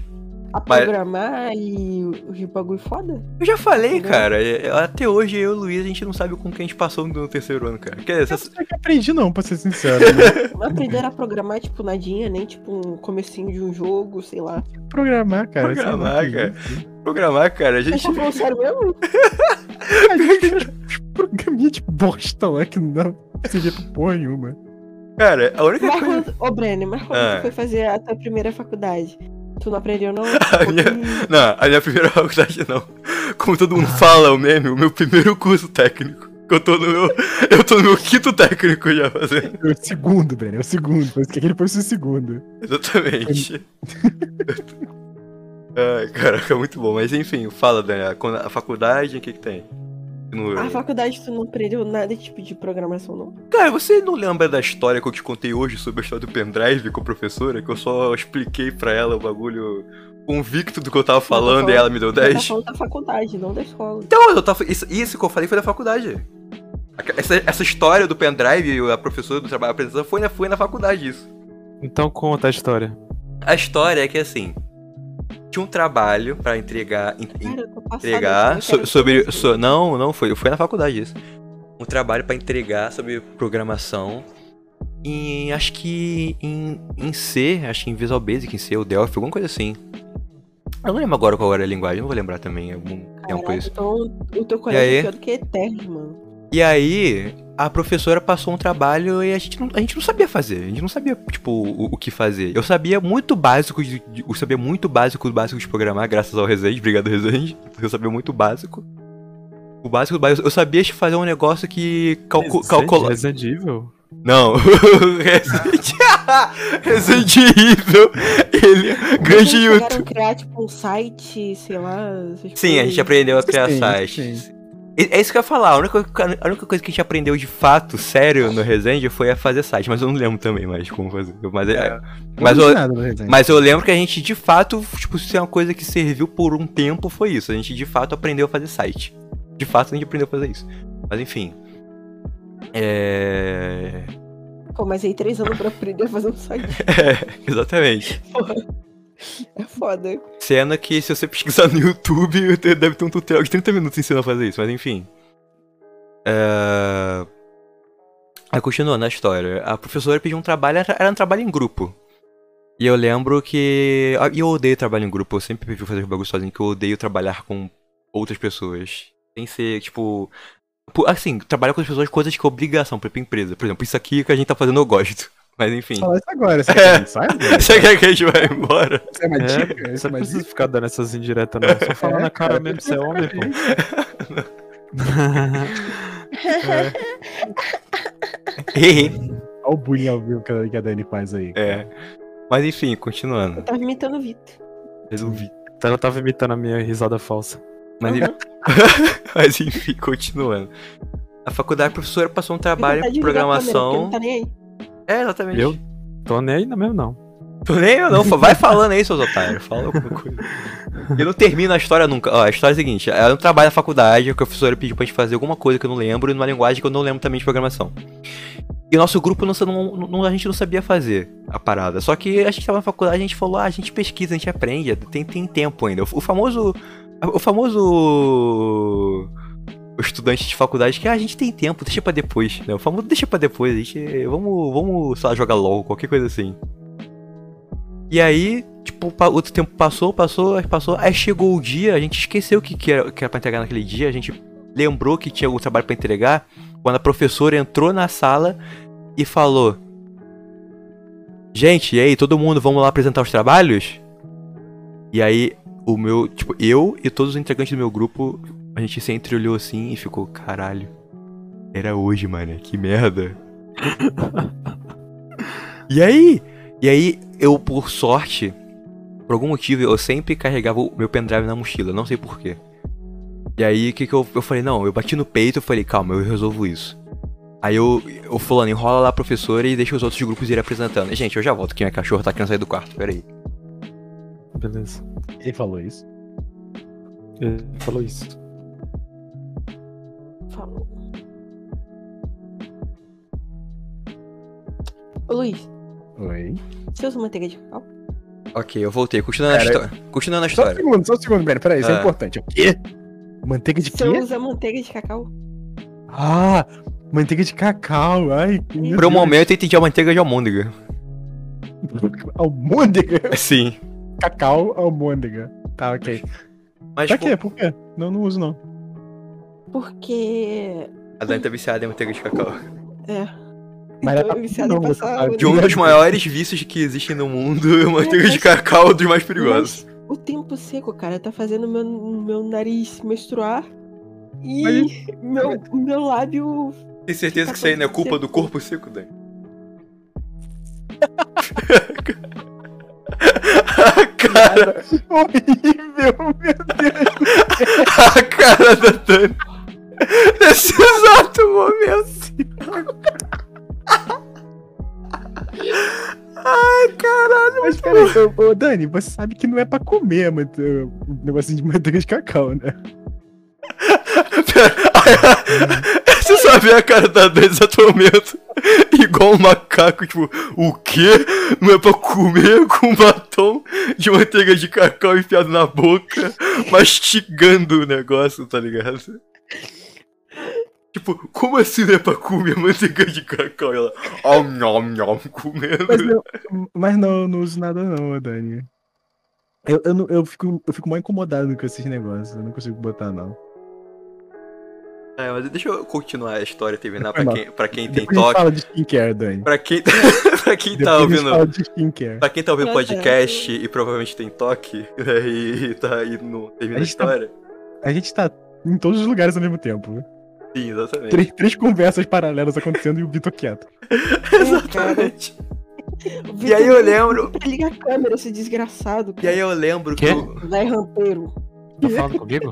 A Mas- programar e os bagulho foda? Eu já falei, Entendeu? cara. é- Até hoje eu e o Luiz, a gente não sabe com quem a gente passou no terceiro ano, cara. Quer dizer, essa- Eu não aprendi não, pra ser sincero. Né? Não aprenderam a programar, tipo, nadinha, nem tipo um comecinho de um jogo, sei lá. Programar, cara. sei lá, Programar, que cara. isso. programar, cara, a Vocês gente. tá falando sério mesmo? A gente tem uns programinha de bosta lá que não dá pra servir pra porra nenhuma. Cara, a única Mas coisa. quando, ô Brenner, mas quando Ah. tu foi fazer a tua primeira faculdade, tu não aprendeu não? A minha- Não, a minha primeira faculdade não. Como todo mundo fala, o meme, o meu primeiro curso técnico. Que Eu tô no meu. Eu tô no meu quinto técnico já fazendo. É o segundo, Brenner, é o segundo. Foi que aquele foi o seu segundo. Exatamente. Ai, caraca, muito bom. Mas enfim, fala, Daniel. quando- A faculdade, o que que tem? No- A faculdade tu não aprendeu nada tipo de programação, não? Cara, você não lembra da história que eu te contei hoje sobre a história do pendrive com a professora? Que eu só expliquei pra ela o bagulho convicto do que eu tava falando falando- e ela me deu Tu tá dez? falando da faculdade, não da escola. Então, eu tava, isso, isso que eu falei foi da faculdade. Essa, essa história do pendrive e a professora do trabalho apresentação foi na, foi na faculdade isso. Então conta a história. A história é que assim, tinha um trabalho pra entregar, en- en- Cara, eu tô passada, entregar eu so- quero sobre, tudo. so- não, não foi, foi na faculdade isso. Um trabalho pra entregar sobre programação em, acho que em, em C, acho que em Visual Basic, em C ou Delphi, alguma coisa assim. Eu não lembro agora qual era a linguagem, não vou lembrar também, algum tempo Caralho, isso. então o teu aí? colégio é pior do que Eterno, mano. E aí, a professora passou um trabalho e a gente não, a gente não sabia fazer. A gente não sabia, tipo, o, o que fazer. Eu sabia muito básico, de, de- eu sabia muito básico do básico de programar, graças ao Resende, obrigado Resende. Eu sabia muito básico. O básico do básico. Eu sabia fazer um negócio que calcu, calcula... Resident Evil? Não, Resident Resident Evil, ele ganha Vocês de chegaram a YouTube. criar, tipo, um site, sei lá... essas Sim, a gente coisas? aprendeu a criar Sim, sites. sim. É é isso que eu ia falar, a única, a única coisa que a gente aprendeu de fato, sério, no Resende foi a fazer site, mas eu não lembro também mais como fazer. Mas, é, mas, Não eu, fiz nada no Resident. mas eu lembro que a gente de fato, tipo, se é uma coisa que serviu por um tempo, foi isso. A gente de fato aprendeu a fazer site. De fato a gente aprendeu a fazer isso. Mas enfim. É. Pô, mas aí três anos pra aprender a fazer um site. É, exatamente. É foda. Cena que se você pesquisar no YouTube, deve ter um tutorial de trinta minutos ensinando a fazer isso, mas enfim. É... Aí continuando a história, a professora pediu um trabalho, era era um trabalho em grupo. E eu lembro que. ah, E eu odeio trabalho em grupo, eu sempre prefiro fazer os bagulhos sozinho, que eu odeio trabalhar com outras pessoas. Tem que ser, tipo. pu- Assim, trabalhar com as pessoas, coisas que é obrigação pra pra empresa. Por exemplo, isso aqui que a gente tá fazendo eu gosto. Mas enfim. Fala isso agora, você quer que a gente saia? Brenner? Você quer que a gente vá embora? Isso é uma dica? É, Isso você é não uma precisa dica? ficar dando essas indiretas, não. Só falar É, na cara cara, mesmo, você é homem, pô. Olha o bullying ao vivo que a- que a Dani faz aí. É. Mas enfim, continuando. Eu tava imitando o Vitor. Resolvi. Então ela tava imitando a minha risada falsa. Mas, Uhum. mas enfim, continuando. A faculdade, a professora passou um trabalho Fica em vontade de ligar a câmera, porque programação. Não tá nem aí. É, exatamente. Eu tô nem aí não mesmo, não. Tô nem eu não, vai falando aí, seus otários. Fala alguma coisa. Eu não termino a história nunca. Ó, a história é a seguinte: eu trabalho na faculdade, a professora pediu pra gente fazer alguma coisa que eu não lembro, e numa linguagem que eu não lembro também de programação. E o nosso grupo, não, não, não- a gente não sabia fazer a parada. Só que a gente tava na faculdade, a gente falou, ah, a gente pesquisa, a gente aprende, tem, tem tempo ainda. O, o famoso. O famoso. O estudante de faculdade que ah, a gente tem tempo, deixa pra depois. Né? O famoso deixa pra depois, a gente. Vamos, vamos, sei lá, jogar LOL, qualquer coisa assim. E aí, tipo, pa- outro tempo passou, passou, aí passou. Aí chegou o dia, a gente esqueceu o que, que, era, que era pra entregar naquele dia, a gente lembrou que tinha o trabalho pra entregar quando a professora entrou na sala e falou: gente, e aí, todo mundo, vamos lá apresentar os trabalhos? E aí, o meu, tipo, eu e todos os integrantes do meu grupo, a gente se entreolhou assim e ficou, caralho, era hoje, mano, que merda. E aí, e aí, eu, por sorte, por algum motivo, eu sempre carregava o meu pendrive na mochila, não sei porquê. E aí, o que que eu, eu falei? Não, eu bati no peito, eu falei, calma, eu resolvo isso. Aí eu, eu falando, enrola lá a professora e deixa os outros grupos irem apresentando. Gente, eu já volto, que minha cachorra tá querendo sair do quarto, peraí. Beleza. Ele falou isso. Ele falou isso. Falou. Ô Luiz, Oi. você usa manteiga de cacau? Ok, eu voltei. Continuando a Cara, história. Continuando a Só um história. segundo, só um segundo, Breno. Peraí, isso é Ah. importante. O quê? Manteiga de Você quê? usa manteiga de cacau? Ah, manteiga de cacau. Ai, meu Por um Deus. momento eu entendi a manteiga de almôndega. Almôndega? Sim. Cacau, almôndega. Tá, ok. Mas, Pra tipo, quê? Por quê? Não, não uso, não. Porque. a Dani tá viciada em manteiga de cacau. É. Mas Então, ela tá eu viciada em não, passar você água tá- De um no- dos maiores vícios que existem no mundo, a manteiga de mas- cacau é um dos mais perigosos. Mas o tempo seco, cara, tá fazendo meu, meu nariz menstruar. E Mas- meu, meu lábio. Tem certeza que isso aí não é culpa do corpo seco, Dani? A cara, Horrível, meu Deus. a cara da Dani. Nesse exato momento. Ai, caralho. Mas peraí, ô, ô, Dani, você sabe que não é pra comer a mante- o negocinho de manteiga de cacau, né? Você só vê a cara da Dani nesse exato momento. Igual um macaco, tipo, o quê? Não é pra comer com batom de manteiga de cacau enfiado na boca, mastigando o negócio, tá ligado? Tipo, como assim não é pra comer manteiga de cacau? E ela, om, nom, nom, comendo. Mas não, mas não, não uso nada não, Dani. Eu, eu, não- eu, fico, eu fico mal incomodado com esses negócios, eu não consigo botar, não. É, mas deixa eu continuar a história, terminar Foi pra mal. quem, pra quem tem Depois a gente toque. fala de skincare, Dani. Pra quem, pra quem Depois tá a gente ouvindo. fala de skincare. Pra quem tá ouvindo Ah, podcast e provavelmente tem toque, né, e tá aí no termina A a gente tá- história. A gente tá em todos os lugares ao mesmo tempo. Sim, exatamente. Três, três conversas paralelas acontecendo e o Vitor quieto. Exatamente. O E aí Vitor eu lembro. Pra ligar a câmera, esse desgraçado. E aí eu lembro que. Quê? o- Vai rampeiro. Tá falando comigo?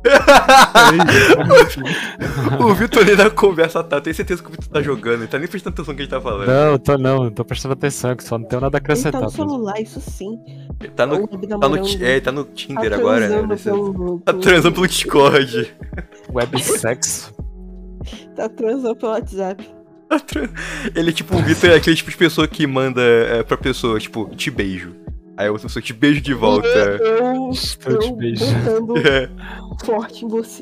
o Vitor ali na conversa tá. Tenho certeza que o Vitor tá jogando, ele tá nem prestando atenção no que a gente tá falando. Não, tô não, tô prestando atenção, que só não tenho nada a Ele tá acrescentar. no celular, isso sim. Ele tá no, O web tá no, namorando. ti- é, ele tá no Tinder Tá agora, né? transando nesse- pelo- Tá pelo- transando pelo Discord. Web sexo. Tá transando pelo WhatsApp. Tá tran- Ele, tipo, o Vitor é aquele tipo de pessoa que manda é, pra pessoa, tipo, te beijo. Aí a outra pessoa te beijo de volta. Eu Eu te estou beijo. botando É. forte em você.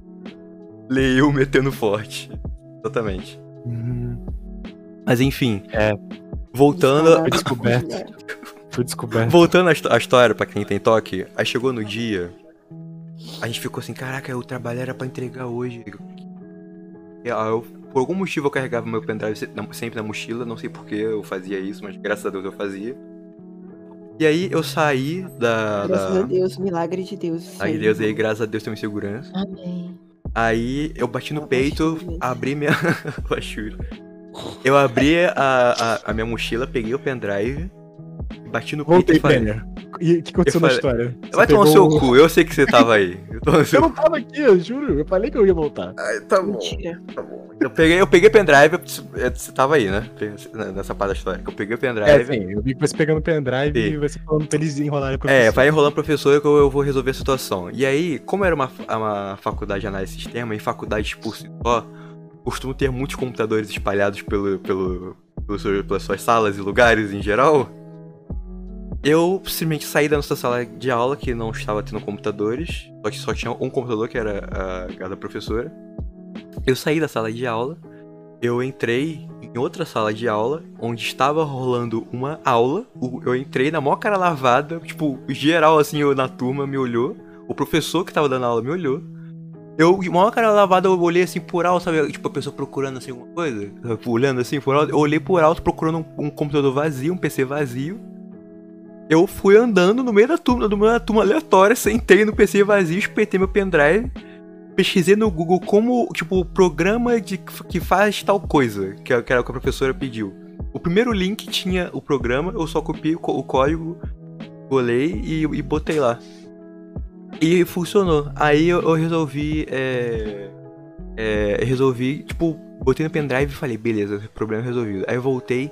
Lê eu metendo forte. Exatamente. Hum, Mas enfim. É. Voltando. Foi descoberto. Foi descoberto. Voltando à histó- à história, pra quem tem toque, aí chegou no dia, a gente ficou assim, caraca, o trabalho era pra entregar hoje. E, ah, eu, por algum motivo eu carregava meu pendrive se- na- sempre na mochila, não sei por que eu fazia isso, mas graças a Deus eu fazia. E aí eu saí da... Graças da... a Deus, milagre de Deus. Ai, Deus, e aí graças a Deus tem segurança. Amém. Aí eu bati no Ah, peito, baixura mesmo. abri minha... baixura. Eu abri a, a, a minha mochila, peguei o pendrive, bati no peito Voltei, e falei... Brenner. E o que aconteceu Eu na falei- história? Você Vai tomar no pegou seu o- cu, eu sei que você tava aí. Eu, tô no seu... Eu não tava aqui, eu juro. Eu falei que eu ia voltar. Ai, tá Mentira. tá bom. Eu peguei, eu peguei pendrive, é, você tava aí, né? Nessa parte da história. que Eu peguei o É, pendrive. sim, eu vi você pegando o pendrive Sim. e você falando pra eles enrolarem pra É, vai enrolando o professor que eu, eu vou resolver a situação. E aí, como era uma, uma faculdade de análise de sistema, e faculdades por si só, costumam ter muitos computadores espalhados pelo, pelo, pelo seu- pelas suas salas e lugares em geral. Eu simplesmente saí da nossa sala de aula, que não estava tendo computadores, só que só tinha um computador, que era a, a da professora. Eu saí da sala de aula, eu entrei em outra sala de aula, onde estava rolando uma aula. o- Eu entrei na maior cara lavada, tipo, geral assim, eu, na turma me olhou. O professor que tava dando aula me olhou. Eu, de maior cara lavada, eu olhei assim por alto, sabe? Tipo, a pessoa procurando assim alguma coisa, sabe? Olhando assim por alto. Eu olhei por alto procurando um, um computador vazio, um P C vazio. Eu fui andando no meio da turma, no meio da turma aleatória, sentei no P C vazio, espetei meu pendrive. Pesquisei no Google como, tipo, programa de, que faz tal coisa, que, que era o que a professora pediu. O primeiro link tinha o programa, eu só copiei o, có- o código, colei e, e botei lá. E funcionou. Aí eu, eu resolvi, é, é, eu resolvi, tipo, botei no pendrive e falei, beleza, problema resolvido. Aí eu voltei,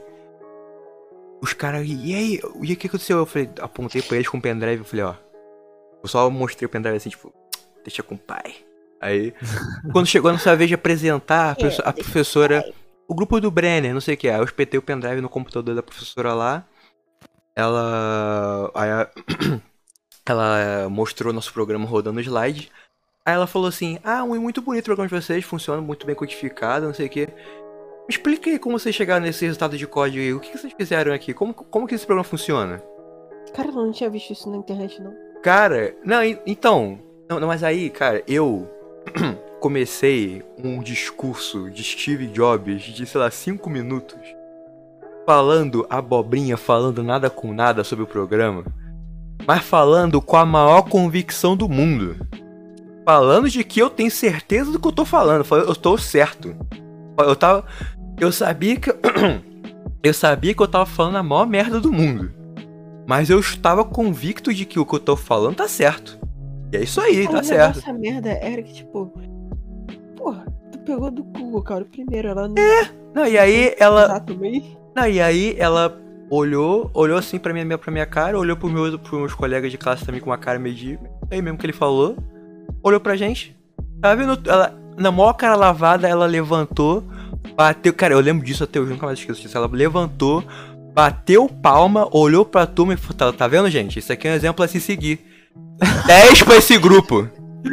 os caras, e aí, e aí, o que aconteceu? Eu falei, apontei pra eles com o pendrive e falei, ó, eu só mostrei o pendrive assim, tipo, deixa com o pai. Aí, quando chegou a nossa vez de apresentar, a, profe- a professora, o grupo do Brenner, não sei o que, aí eu espetei o pendrive no computador da professora lá, ela. Aí a- ela mostrou nosso programa rodando o slide. Aí ela falou assim: ah, um muito bonito o programa de vocês, funciona muito bem codificado, não sei o que. Me explica aí como vocês chegaram nesse resultado de código aí. O que que vocês fizeram aqui? Como, como que esse programa funciona? Cara, eu não tinha visto isso na internet, não. Cara, não, en- então. Não, não, mas aí, cara, eu comecei um discurso de Steve Jobs de, sei lá, cinco minutos. Falando abobrinha, falando nada com nada sobre o programa. Mas falando com a maior convicção do mundo. Falando de que eu tenho certeza do que eu tô falando. Falei, eu tô certo. Eu tava. Eu sabia que. Eu sabia que eu tava falando a maior merda do mundo. Mas eu estava convicto de que o que eu tô falando tá certo. E é isso aí, Cara, tá o certo. negócio, a merda era que, tipo... Porra, tu pegou do Google, cara, primeiro, ela não... Não, e aí ela. Exato, meio... Não, e aí ela olhou, olhou assim pra minha, pra minha cara, olhou pro meu, pros meus colegas de classe também com uma cara meio de. Aí mesmo que ele falou. Olhou pra gente. Tá vendo? Ela, na maior cara lavada, ela levantou, bateu. Cara, eu lembro disso até hoje, nunca mais esqueço disso. Ela levantou, bateu palma, olhou pra turma e falou: tá, tá vendo, gente? Isso aqui é um exemplo a se seguir. dez pra esse grupo.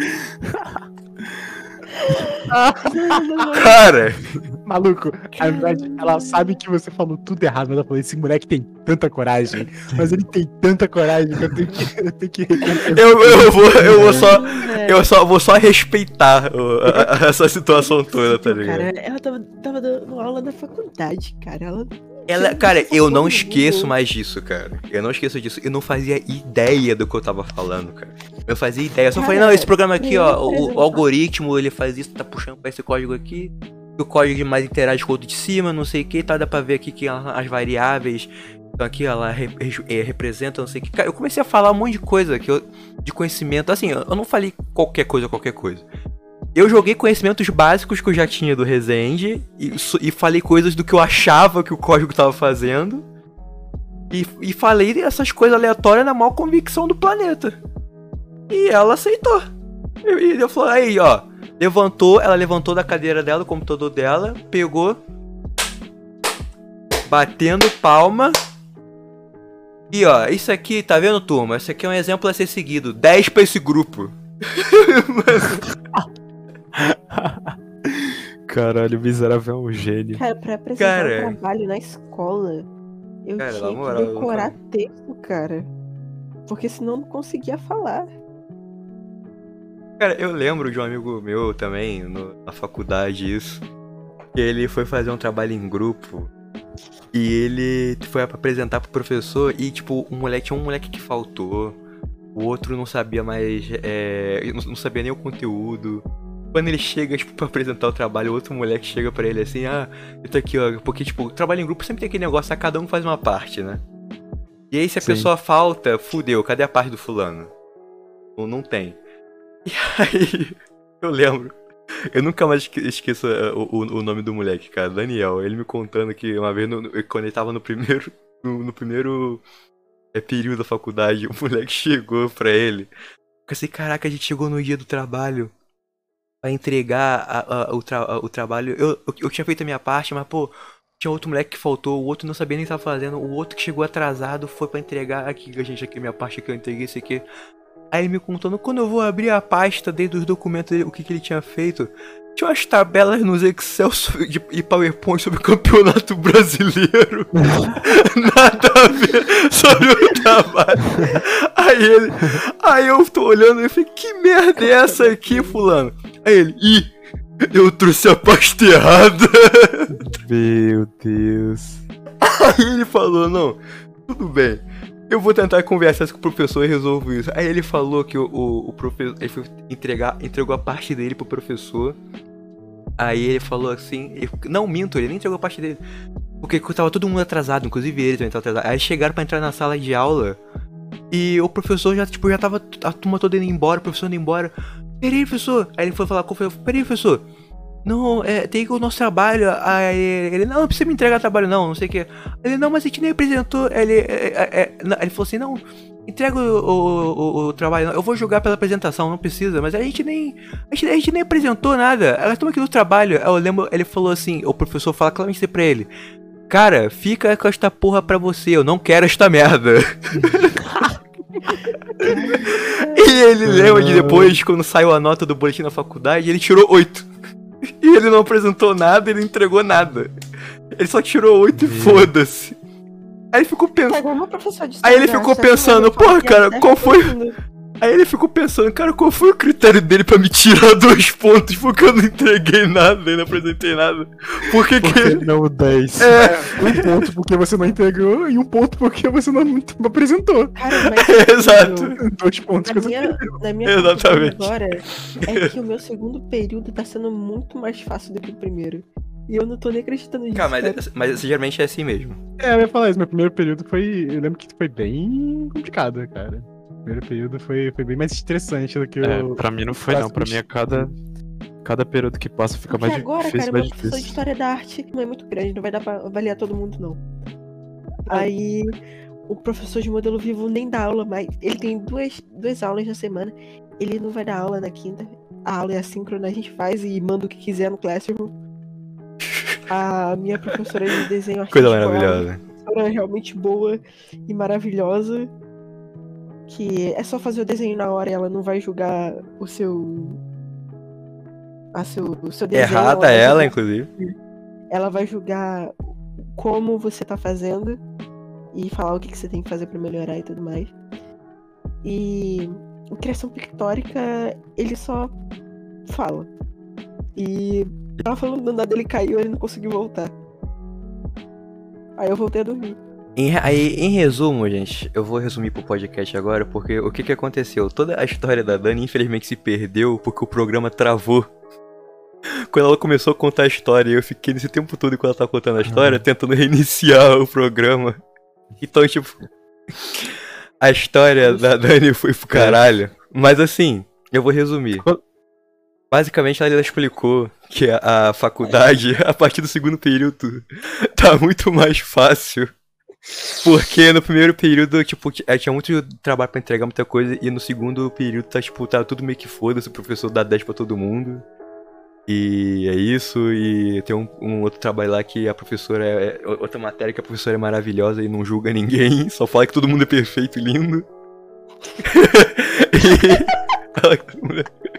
Cara, Maluco, a verdade, ela sabe que você falou tudo errado, mas ela falou: esse moleque tem tanta coragem, mas ele tem tanta coragem que eu tenho que, eu tenho que recompensar. eu, eu, vou, eu vou só. É, Eu só vou só respeitar o- a- a- essa situação toda, tá ligado? cara, ela tava, tava dando aula na faculdade, cara. Ela. Ela, cara, eu não esqueço Google. mais disso, cara. Eu não esqueço disso. Eu não fazia ideia do que eu tava falando, cara. Eu fazia ideia. Eu só falei, Cara, não, esse programa aqui, ó, pra o, o apresentar- algoritmo, ele faz isso, tá puxando pra esse código aqui. O código de mais interage com o outro de cima, não sei o que, tá? Dá pra ver aqui que a- as variáveis. Então aqui, ó, ela re- re- é, representa, não sei o que. Cara, eu comecei a falar um monte de coisa que eu, de conhecimento. Assim, eu eu não falei qualquer coisa, qualquer coisa. Eu joguei conhecimentos básicos que eu já tinha do Resende e, so- e falei coisas do que eu achava que o código tava fazendo. E, e falei essas coisas aleatórias na maior convicção do planeta. E ela aceitou. E e eu falei, aí, ó. Levantou, ela levantou da cadeira dela, do computador dela, pegou, batendo palma. E ó, isso aqui, tá vendo, turma? Isso aqui é um exemplo a ser seguido. dez pra esse grupo. Caralho, o miserável é um gênio. Cara, pra apresentar Cara. um trabalho na escola, eu Cara, na tinha moral, que decorar texto, cara. Porque senão eu não conseguia falar. Cara, eu lembro de um amigo meu também, no- na faculdade, isso. Que ele foi fazer um trabalho em grupo. E ele foi apresentar pro professor e, tipo, um moleque, tinha um moleque que faltou. O outro não sabia mais, é, não não sabia nem o conteúdo. Quando ele chega, tipo, pra apresentar o trabalho, o outro moleque chega pra ele assim, ah, eu tô aqui, ó, porque, tipo, trabalho em grupo sempre tem aquele negócio, ah, cada um faz uma parte, né? E aí, se a Sim. pessoa falta, fudeu, cadê a parte do fulano? Não, não tem. E aí, eu lembro, eu nunca mais esque- esqueço é, o, o, o nome do moleque, cara, Daniel. Ele me contando que uma vez, no- no- quando ele tava no primeiro, no, no primeiro é, período da faculdade, o moleque chegou pra ele. Fica assim, caraca, a gente chegou no dia do trabalho pra entregar a- a- o, tra- a- o trabalho. Eu, eu, eu tinha feito a minha parte, mas, pô, tinha outro moleque que faltou, o outro não sabia nem o que tava fazendo, o outro que chegou atrasado foi pra entregar aqui, a gente, aqui, a minha parte que eu entreguei, isso aqui. Aí ele me contando, quando eu vou abrir a pasta dentro dos documentos dele, o que, que ele tinha feito, tinha umas tabelas nos Excel sobre- de- e PowerPoint sobre o campeonato brasileiro. Nada a ver sobre o trabalho. Aí ele. Aí eu tô olhando e falei, que merda é essa aqui, fulano? Aí ele, ih, eu trouxe a pasta errada. Meu Deus. Aí ele falou, não, tudo bem. Eu vou tentar conversar com o professor e resolvo isso. Aí ele falou que o, o, o professor. Ele foi entregar, entregou a parte dele pro professor. Aí ele falou assim. ele- não, minto, ele nem entregou a parte dele. Porque tava todo mundo atrasado, inclusive ele também tava atrasado. Aí chegaram pra entrar na sala de aula. E o professor já, tipo, já tava a turma toda indo embora, o professor indo embora. Peraí, professor. Aí ele foi falar com o professor. Peraí, professor. Não, é, tem o nosso trabalho. Aí ele, não, não precisa me entregar trabalho, não, não sei o que. Ele, não, mas a gente nem apresentou. Ele, é, é, é, não, ele falou assim, não, entrega o, o, o, o trabalho, não. Eu vou jogar pela apresentação, não precisa. Mas a gente nem, a gente, a gente nem apresentou nada. Ela toma aqui no trabalho. Aí eu lembro, ele falou assim, o professor fala claramente pra ele. cara, fica com esta porra pra você, eu não quero esta merda. E ele lembra de depois, quando saiu a nota do boletim na faculdade, ele tirou oito. E ele não apresentou nada, ele não entregou nada. Ele só tirou oito e foda-se. Aí ficou pensando. Pegou uma professora de Aí ele história, ficou sabe? pensando, Ele falou porra, que cara, ia qual dar foi? pra todo mundo. Aí ele ficou pensando, cara, qual foi o critério dele pra me tirar dois pontos? Porque eu não entreguei nada, eu não apresentei nada. Por que que Porque ele... não dez. É, Um ponto porque você não integrou e um ponto porque você não, não apresentou. Cara, mas Exato. Dois pontos Na que você minha, na minha Exatamente. conclusão agora é que o meu segundo período tá sendo muito mais fácil do que o primeiro. E eu não tô nem acreditando nisso. cara, cara. mas, mas geralmente é assim mesmo. É, eu ia falar isso, meu primeiro período foi. Eu lembro que foi bem complicado, cara. O primeiro período foi, foi bem mais estressante do que É, o. pra mim não foi não, pra mim a cada, cada período que passa fica Porque mais agora, difícil, cara, mais meu professor de difícil. história da arte não é muito grande, não vai dar pra avaliar todo mundo, não. Aí, o professor de modelo vivo nem dá aula mais. Ele tem duas, duas aulas na semana. Ele não vai dar aula na quinta. A aula é assíncrona, a gente faz e manda o que quiser no Classroom. A minha professora de desenho artístico, Coisa ela maravilhosa. é uma professora realmente boa e maravilhosa. Que é só fazer o desenho na hora, ela não vai julgar o seu. A seu, o seu desenho. Errada vai ela, julgar- inclusive. Ela vai julgar como você tá fazendo e falar o que, que você tem que fazer pra melhorar e tudo mais. E em criação pictórica, ele só fala. E ela falando do nada, ele caiu, ele não conseguiu voltar. Aí eu voltei a dormir. Em, aí, em resumo, gente, eu vou resumir pro podcast agora, porque o que que aconteceu? Toda a história da Dani, infelizmente, se perdeu porque o programa travou. Quando ela começou a contar a história, eu fiquei nesse tempo todo enquanto ela tava contando a história, tentando reiniciar o programa. Então, tipo, a história da Dani foi pro caralho. Mas assim, eu vou resumir. Basicamente, ela explicou que a, a faculdade, a partir do segundo período, tá muito mais fácil. Porque no primeiro período, tipo, t- eh, tinha muito trabalho pra entregar muita coisa, e no segundo período tá, tipo, tá tudo meio que foda-se, o professor dá dez pra todo mundo. E é isso, e tem um, um outro trabalho lá que a professora é, é- outra matéria que a professora é maravilhosa e não julga ninguém, só fala que todo mundo é perfeito e lindo. E fala que todo mundo é...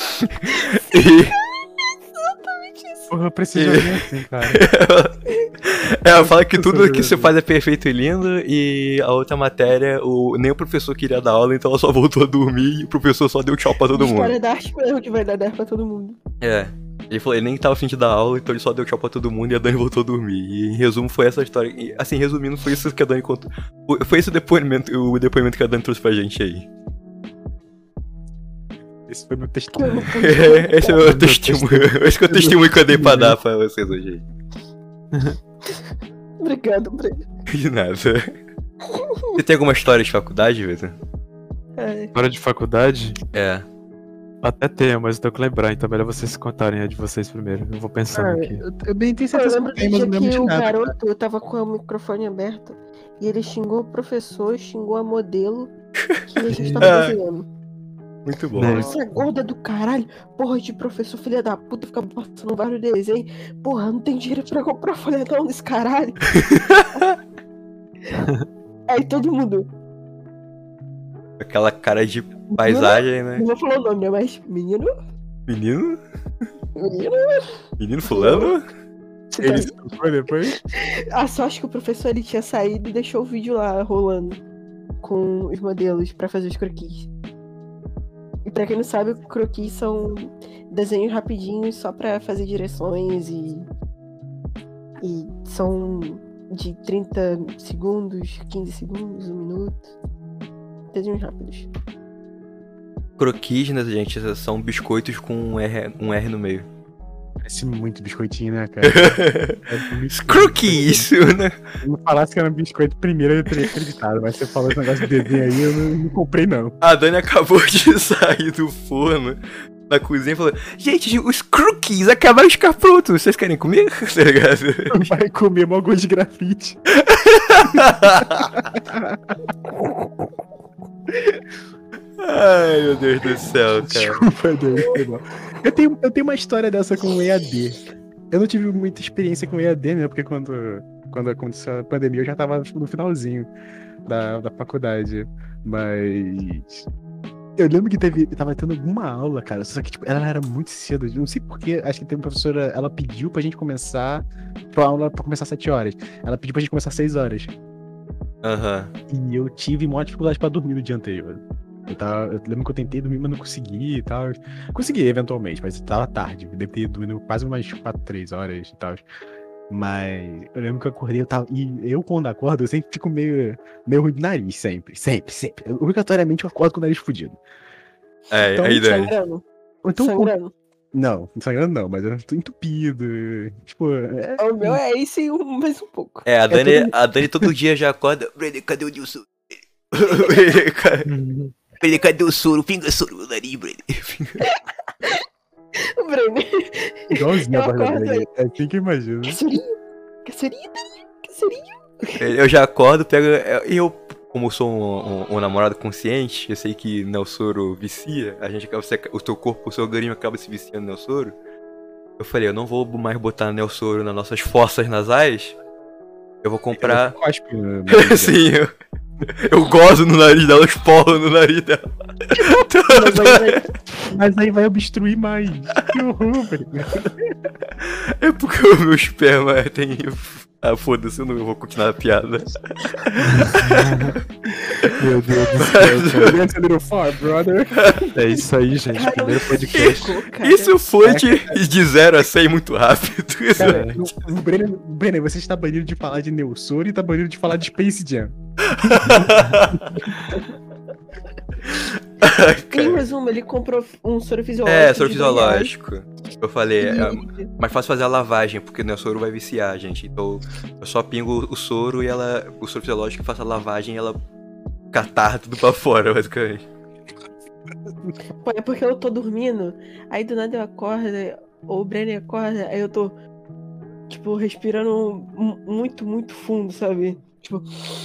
E Porra, eu preciso de alguém assim, cara. É, ela fala que tudo que você faz é perfeito e lindo, e a outra matéria, o, nem o professor queria dar aula, então ela só voltou a dormir e o professor só deu tchau pra todo mundo. História da arte mesmo que vai dar dez pra todo mundo. É. Ele falou, ele nem tava afim de dar aula, então ele só deu tchau pra todo mundo e a Dani voltou a dormir. E em resumo foi essa história. E, assim, resumindo, foi isso que a Dani contou. Foi- Foi esse o depoimento, o depoimento que a Dani trouxe pra gente aí. Esse foi meu testemunho. Esse é o meu testemunho. Esse que é o testemunho que eu dei pra dar pra vocês hoje. Obrigado, Breno. De nada. Você tem alguma história de faculdade, Vitor? É, Hora de faculdade? É. Até tenho, mas eu tenho que lembrar, então é melhor vocês contarem a de vocês primeiro. Eu vou pensando Ah, aqui. Eu, eu bem tenho eu certeza lembro que do tem, mas dia não lembro que de o nada. garoto tava com o microfone aberto e ele xingou o professor, xingou a modelo que a gente tava Ah. desenhando. Muito bom. Né? Essa gorda do caralho, porra de professor filha da puta, fica passando vários desenhos. Porra, não tem dinheiro pra comprar folhetão desse caralho. Aí todo mundo, Aquela cara de paisagem, né? não vou falar o nome, né? Mas menino, Menino? menino. Menino fulano? você tá Ele aí? explicou depois? A sorte que o professor ele tinha saído e deixou o vídeo lá rolando com os modelos pra fazer os croquis. E pra quem não sabe, croquis são desenhos rapidinhos só pra fazer direções e. E são de trinta segundos, quinze segundos, um minuto. Desenhos rápidos. Croquis, né, gente? São biscoitos com um R, um R no meio. Parece muito biscoitinho, né, cara? É muito- Croquis, né? Se não falasse que era um biscoito primeiro, eu teria acreditado. Mas você falou esse negócio de desenho aí, eu não, não comprei, não. A Dani acabou de sair do forno na cozinha e falou: gente, os cookies acabaram de ficar prontos, vocês querem comer? Tá ligado? Vai comer mó gosto de grafite. Ai, meu Deus do céu, cara. Desculpa, Deus, foi mal. Eu tenho, eu tenho uma história dessa com o E A D. Eu não tive muita experiência com E A D, né? Porque quando, quando aconteceu a pandemia, eu já tava no finalzinho da, da faculdade. Mas. Eu lembro que teve, tava tendo alguma aula, cara, só que tipo, ela era muito cedo. Não sei porquê, acho que teve uma professora, ela pediu pra gente começar pra aula pra começar às sete horas. Ela pediu pra gente começar às seis horas. Aham. E eu tive maior dificuldade pra dormir no dia anterior. Eu, tava, eu lembro que eu tentei dormir, mas não consegui e tal. Consegui eventualmente, mas tava tarde. Eu devo ter dormido quase umas quatro, três horas e tal. Mas eu lembro que eu acordei, eu tava. E eu, quando acordo, eu sempre fico meio, meio ruim de nariz, sempre, sempre, sempre. Eu, obrigatoriamente eu acordo com o nariz fudido. É, Então, aí Dani. Sangrando. Ou então, Sangrando. não, sangrando não, mas eu tô entupido. Tipo, é, O meu é esse e um- mais um pouco. É, a Dani, todo- a Dani todo dia já acorda. Brenner, cadê o Nilson? Brenner, ca- Brenner, cadê o soro? Pinga soro no nariz, Brenner. O Brenner. igualzinho Eu a voz da acordo Dani. É assim que eu imagino. Caçurinho. Caçurinho, Dani. Caçurinho. Eu já acordo, pego. Eu, como sou um, um- um namorado consciente, eu sei que Nelsoro vicia, a gente acaba, você- o teu corpo, o seu organismo acaba se viciando no Nelsoro. Eu falei, eu não vou mais botar Nelsoro nas nossas fossas nasais. Eu vou comprar. Eu cospe no- no- Sim, eu, eu gozo no nariz dela, eu espolo no nariz dela. Mas aí, vai, mas aí vai obstruir mais. Que horror, velho. É porque o meu esperma tem. Ah, foda-se, eu não vou continuar a piada. Meu Deus do céu, cara. That's a little far, brother. É isso aí, gente. Cara, Primeiro eu podcast. fico, cara. Isso foi de, de zero a cem muito rápido. Isso Cara, é- o, o Brenner, Brenner, você está banido de falar de Nelsoro e tá banido de falar de Space Jam. Ai, Em cara. resumo, ele comprou um soro fisiológico. É, soro de dois reais. fisiológico. Eu falei, é, E- mais fácil fazer a lavagem, porque o soro vai viciar, gente. Então eu só pingo o soro e ela. O soro fisiológico faço a lavagem e ela catar tudo pra fora, basicamente. Pô, é porque eu tô dormindo, aí do nada eu acordo, ou o Brenner acorda, aí eu tô, tipo, respirando mu- muito, muito fundo, sabe? Tipo.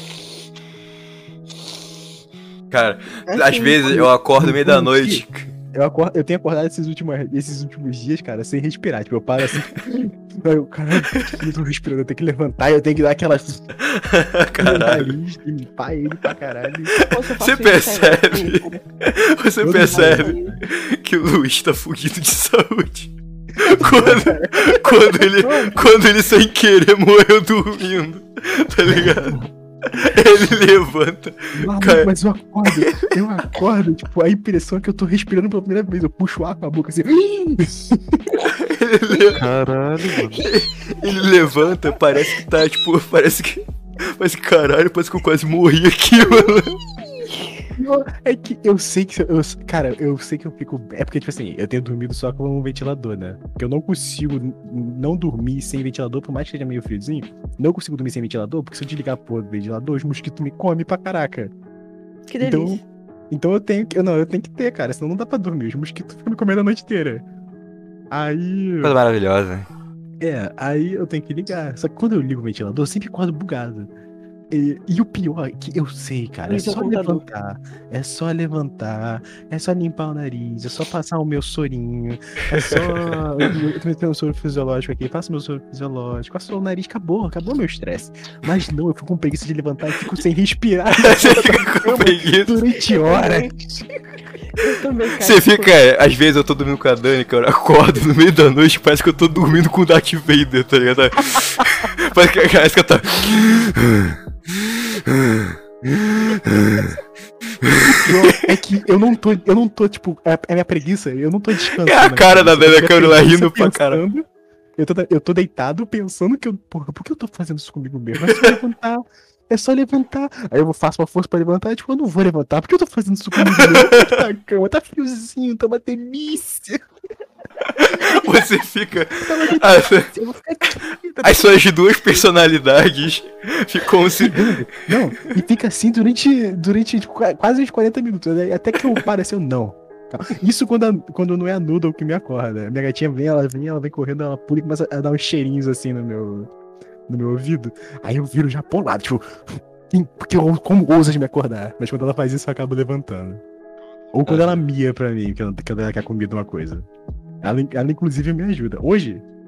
Cara, assim, às vezes eu acordo no meio da noite. Eu, acordo, eu tenho acordado esses últimos, esses últimos dias, cara, sem respirar. Tipo, eu paro assim. Aí eu, caralho, eu tô respirando, eu tenho que levantar, eu tenho que dar aquela. Caralho. nariz, limpar ele pra caralho. Poxa, eu faço Você isso, percebe? cara. Você Eu percebe que o Luiz tá fugido de saúde. Quando, quando, ele, quando ele sem querer morreu dormindo, tá ligado? Ele levanta. Maluco, Cara. mas eu acordo, eu acordo, tipo, a impressão é que eu tô respirando pela primeira vez. Eu puxo o ar com a boca assim. Ele, le- Caralho, mano. ele levanta, parece que tá, tipo, parece que. Mas caralho, parece que eu quase morri aqui, mano. Não, é que eu sei que. Eu, cara, eu sei que eu fico. É porque, tipo assim, eu tenho dormido só com um ventilador, né? Porque eu não consigo n- não dormir sem ventilador, por mais que seja meio friozinho. Não consigo dormir sem ventilador, porque se eu desligar pro ventilador, os mosquitos me comem pra caraca. Que Então, delícia. então eu tenho que. eu Não, eu tenho que ter, cara, senão não dá pra dormir. Os mosquitos ficam me comendo a noite inteira. Aí. Coisa maravilhosa. É, aí eu tenho que ligar. Só que quando eu ligo o ventilador, eu sempre acordo bugado. E, e o pior é que eu sei, cara, é Liga o só computador. levantar, é só levantar, é só limpar o nariz, é só passar o meu sorinho, é só. Eu também tenho um soro fisiológico aqui, faço meu soro fisiológico, faço o nariz, acabou, acabou meu estresse. Mas não, eu fico com preguiça de levantar e fico sem respirar Você fica com preguiça. durante horas. Eu também, cara. Você tipo, fica, é, às vezes eu tô dormindo com a Dani, cara, eu acordo no meio da noite, parece que eu tô dormindo com o Darth Vader, tá ligado? Parece que, parece que eu tô... É que eu não tô, eu não tô, tipo, é é minha preguiça, eu não tô descansando. É a cara da Dani, Minha a Camila preguiça rindo pra pensando, Eu tô, eu tô deitado pensando que eu, porra, por que eu tô fazendo isso comigo mesmo? É só levantar, é só levantar. Aí eu faço uma força pra levantar, tipo, eu não vou levantar, por que eu tô fazendo isso comigo mesmo? Tá na cama, tá friozinho, tá uma delícia. Você fica... Tá uma As, delícia, eu vou ficar aqui, tá as suas duas personalidades ficam se... Não, e fica assim durante, durante tipo, qua- quase uns quarenta minutos, né? Até que eu paro assim, eu não. Calma. Isso quando, a- quando não é a Noodle que me acorda. Minha gatinha vem, ela vem, ela vem correndo, ela pula e começa a dar uns cheirinhos assim no meu, no meu ouvido. Aí eu viro já polado, tipo, "Quem- porque eu, como ousas me acordar? Mas quando ela faz isso, eu acabo levantando. Ou quando Ah. ela mia pra mim, que ela, que ela quer comer de uma coisa. Ela, ela inclusive me ajuda. Hoje,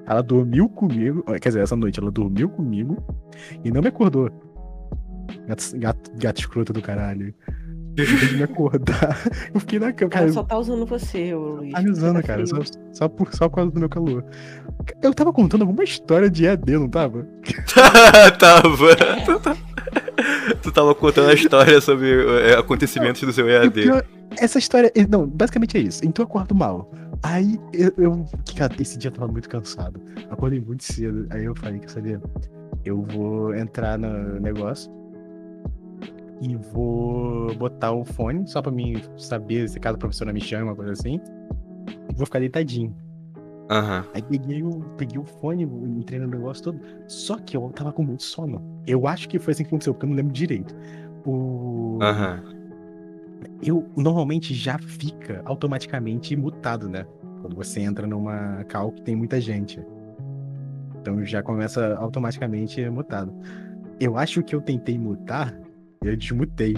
Ela dormiu comigo. Quer dizer, essa noite ela dormiu comigo e não me acordou. Gato, gato, gato escroto do caralho. Em vez de me acordar, eu fiquei na cama. Cara, Ela só tá usando você, ô Luiz. tá me usando, Tá cara. Só, frio. só, por, só por causa do meu calor. Eu tava contando alguma história de E A D, não tava? Tava. Tu, tá- tu tava contando a história sobre é, acontecimentos do seu E o E A D. pior, essa história. Não, basicamente é isso. Então eu acordo mal. Aí eu. eu cara, esse dia eu tava muito cansado. Acordei muito cedo. Aí eu falei, quer saber? Eu vou entrar no negócio. E vou botar o fone, só pra mim saber se caso a professora me chama, uma coisa assim. E vou ficar deitadinho. Aham. Aí peguei o, peguei o fone, entrei no negócio todo. Só que eu tava com muito sono. Eu acho que foi assim que aconteceu, porque eu não lembro direito. O... Aham. Eu normalmente já fica automaticamente mutado, né? Quando você entra numa call que tem muita gente. Então já começa automaticamente mutado. Eu acho que eu tentei mutar, eu desmutei.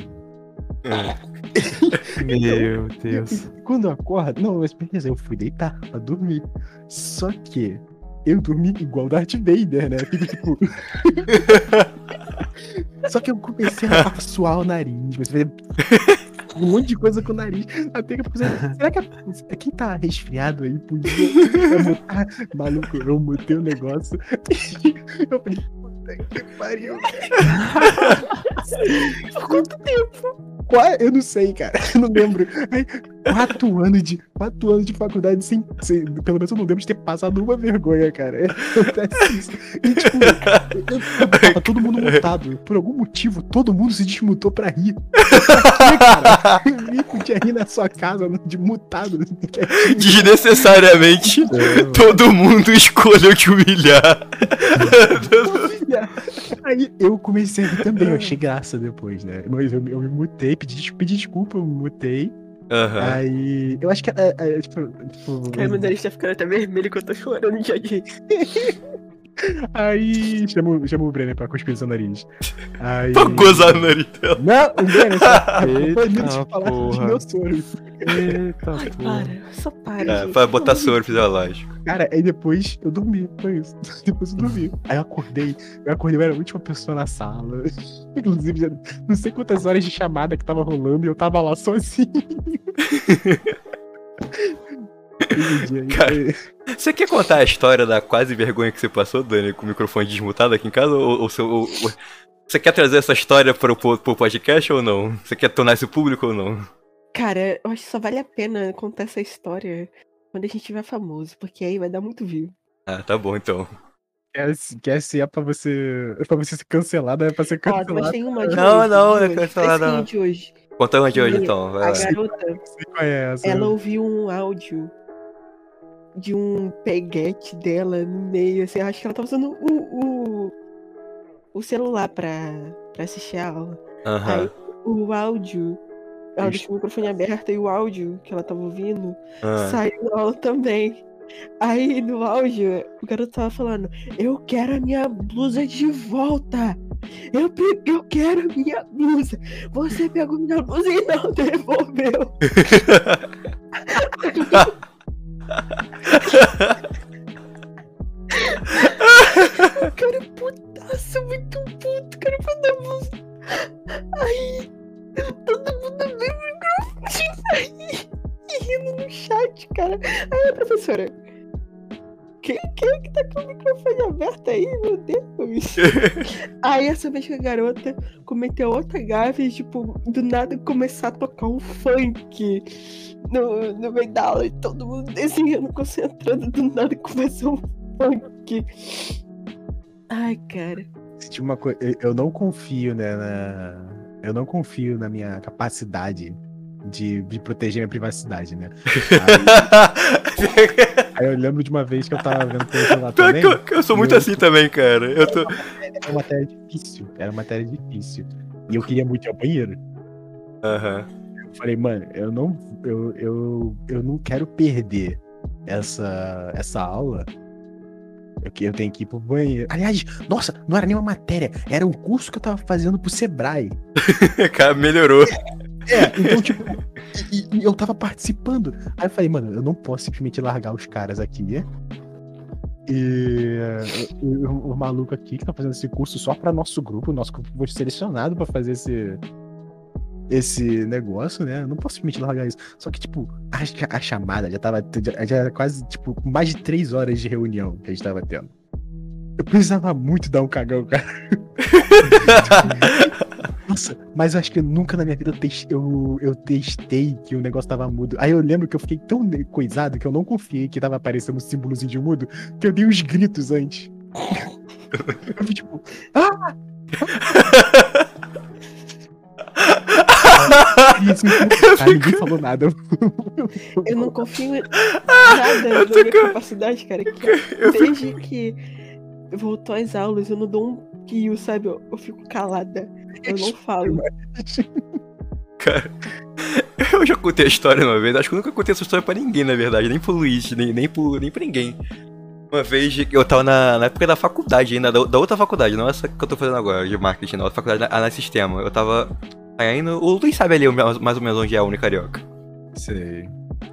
Meu Deus. E quando eu acordo, não, mas beleza, eu fui deitar pra dormir. Só que eu dormi igual Darth Vader, né? Fico tipo. Só que eu comecei a suar o nariz, comecei a fazer um monte de coisa com o nariz. Até que eu pensei, será que a- quem tá resfriado aí podia mutar? Maluco, eu mutei o negócio. Eu falei, puta que pariu, cara. Por quanto tempo? Qua- Eu não sei, cara. Eu não lembro. Aí, quatro anos de, quatro anos de faculdade sem, sem- pelo menos eu não lembro de ter passado uma vergonha, cara. Acontece isso. E, tipo, eu, eu tava todo mundo mutado. Por algum motivo, todo mundo se desmutou pra rir. Por quê, cara? Ninguém podia rir na sua casa, de mutado. Desnecessariamente, todo mundo escolheu te humilhar. Aí eu comecei a rir também, eu achei graça depois, né? Mas eu, eu me mutei, pedi, pedi desculpa, eu me mutei. Aham. Aí. Eu acho que. É, é, tipo, tipo, Cara, meu nariz tá ficando até vermelho que eu tô chorando de aqui. Aí. Chama, chama o Brenner pra cuspir no seu nariz. Aí. Pra gozar no nariz dela. Não, o Brenner só. Eita, Foi medo de falar de porra. meu soro. Eita, Ai, porra. para. Só para, É, gente. pra botar soro fisiológico. Cara, aí depois eu dormi, foi isso. Depois eu dormi. Aí eu acordei, eu acordei, eu era a última pessoa na sala. Inclusive, já não sei quantas horas de chamada que tava rolando e eu tava lá sozinho. Esse dia aí Cara. foi- Você quer contar a história da quase vergonha que você passou, Dani, com o microfone desmutado aqui em casa? Ou, ou, seu- ou- ou- você quer trazer essa história pro, pro, pro podcast ou não? Você quer tornar isso público ou não? Cara, eu acho que só vale a pena contar essa história quando a gente tiver famoso, porque aí vai dar muito view. Ah, tá bom então. Quer, quer se é pra você. É pra você ser cancelado, é pra ser Ó, mas cancelado. tem uma de Não, hoje, não, de não é hoje, cancelado, fresquinha não. de hoje. Conta uma de hoje Que então, vai A lá. garota, Não sei qual é essa. ela ouviu um áudio de um peguete dela no meio, assim, acho que ela tava usando o, o, o celular pra, pra assistir a aula. Aham. O áudio, ela Ixi. deixou o microfone aberto e o áudio que ela tava ouvindo Ah. saiu na aula também. Aí no áudio, o garoto tava falando, eu quero a minha blusa de volta. Eu, pe- eu quero a minha blusa. Você pegou minha blusa e não devolveu. O cara é putaço, muito puto, cara foi da blusa. Aí, todo mundo viu o microfone aí e rindo no chat, cara. Aí a professora, quem, quem é que tá com o microfone aberto aí, meu Deus? Aí essa vez que a garota cometeu outra gafe, tipo, do nada começar a tocar um funk no, no meio da aula e todo mundo desenhando, concentrando, do nada começou um funk. Ai, cara. Senti uma coisa. Eu- Eu não confio, né? Na... Eu não confio na minha capacidade de, de proteger minha privacidade, né? Aí, aí eu lembro de uma vez que eu tava vendo pelo celular Pior também. que eu, que eu sou muito Eu- assim também, cara. Eu tô. Era uma matéria difícil. Era uma matéria difícil. E eu queria muito ir ao banheiro. Aham. Eu falei, mano, eu não, eu, eu, eu não quero perder essa, essa aula. Eu, que- eu tenho que ir pro banheiro. Aliás, nossa, não era nenhuma matéria. Era um curso que eu tava fazendo pro Sebrae. Cara, melhorou. É, então, tipo, e, e eu tava participando. Aí eu falei, mano, eu não posso simplesmente largar os caras aqui E uh, o, o maluco aqui que tá fazendo esse curso só pra nosso grupo, nosso grupo foi selecionado pra fazer esse, esse negócio, né? Eu não posso simplesmente largar isso. Só que, tipo, a, cha- a chamada já tava. Já, já era quase, tipo, mais de três horas de reunião que a gente tava tendo. Eu precisava muito dar um cagão, cara. Nossa, mas eu acho que nunca na minha vida eu, tes- eu, eu testei que o negócio tava mudo. Aí eu lembro que eu fiquei tão ne- coisado que eu não confiei que tava aparecendo um símbolozinho de mudo que eu dei uns gritos antes. Eu fui tipo, ah! E assim, ah, ninguém falou nada. Eu não confio em nada na minha capacidade, cara. Que desde que voltou às aulas, eu não dou um pio, sabe? Eu, eu fico calada. Eu não falo. Cara, eu já contei a história uma vez, acho que eu nunca contei essa história pra ninguém, na verdade, nem pro Luiz, nem, nem, pro, nem pra ninguém. Uma vez eu tava na, na época da faculdade ainda, da, da outra faculdade, não essa que eu tô fazendo agora, de marketing, na outra faculdade, na, na Sistema. Eu tava saindo, o Luiz sabe ali mais ou menos onde é a Unicarioca. Sei.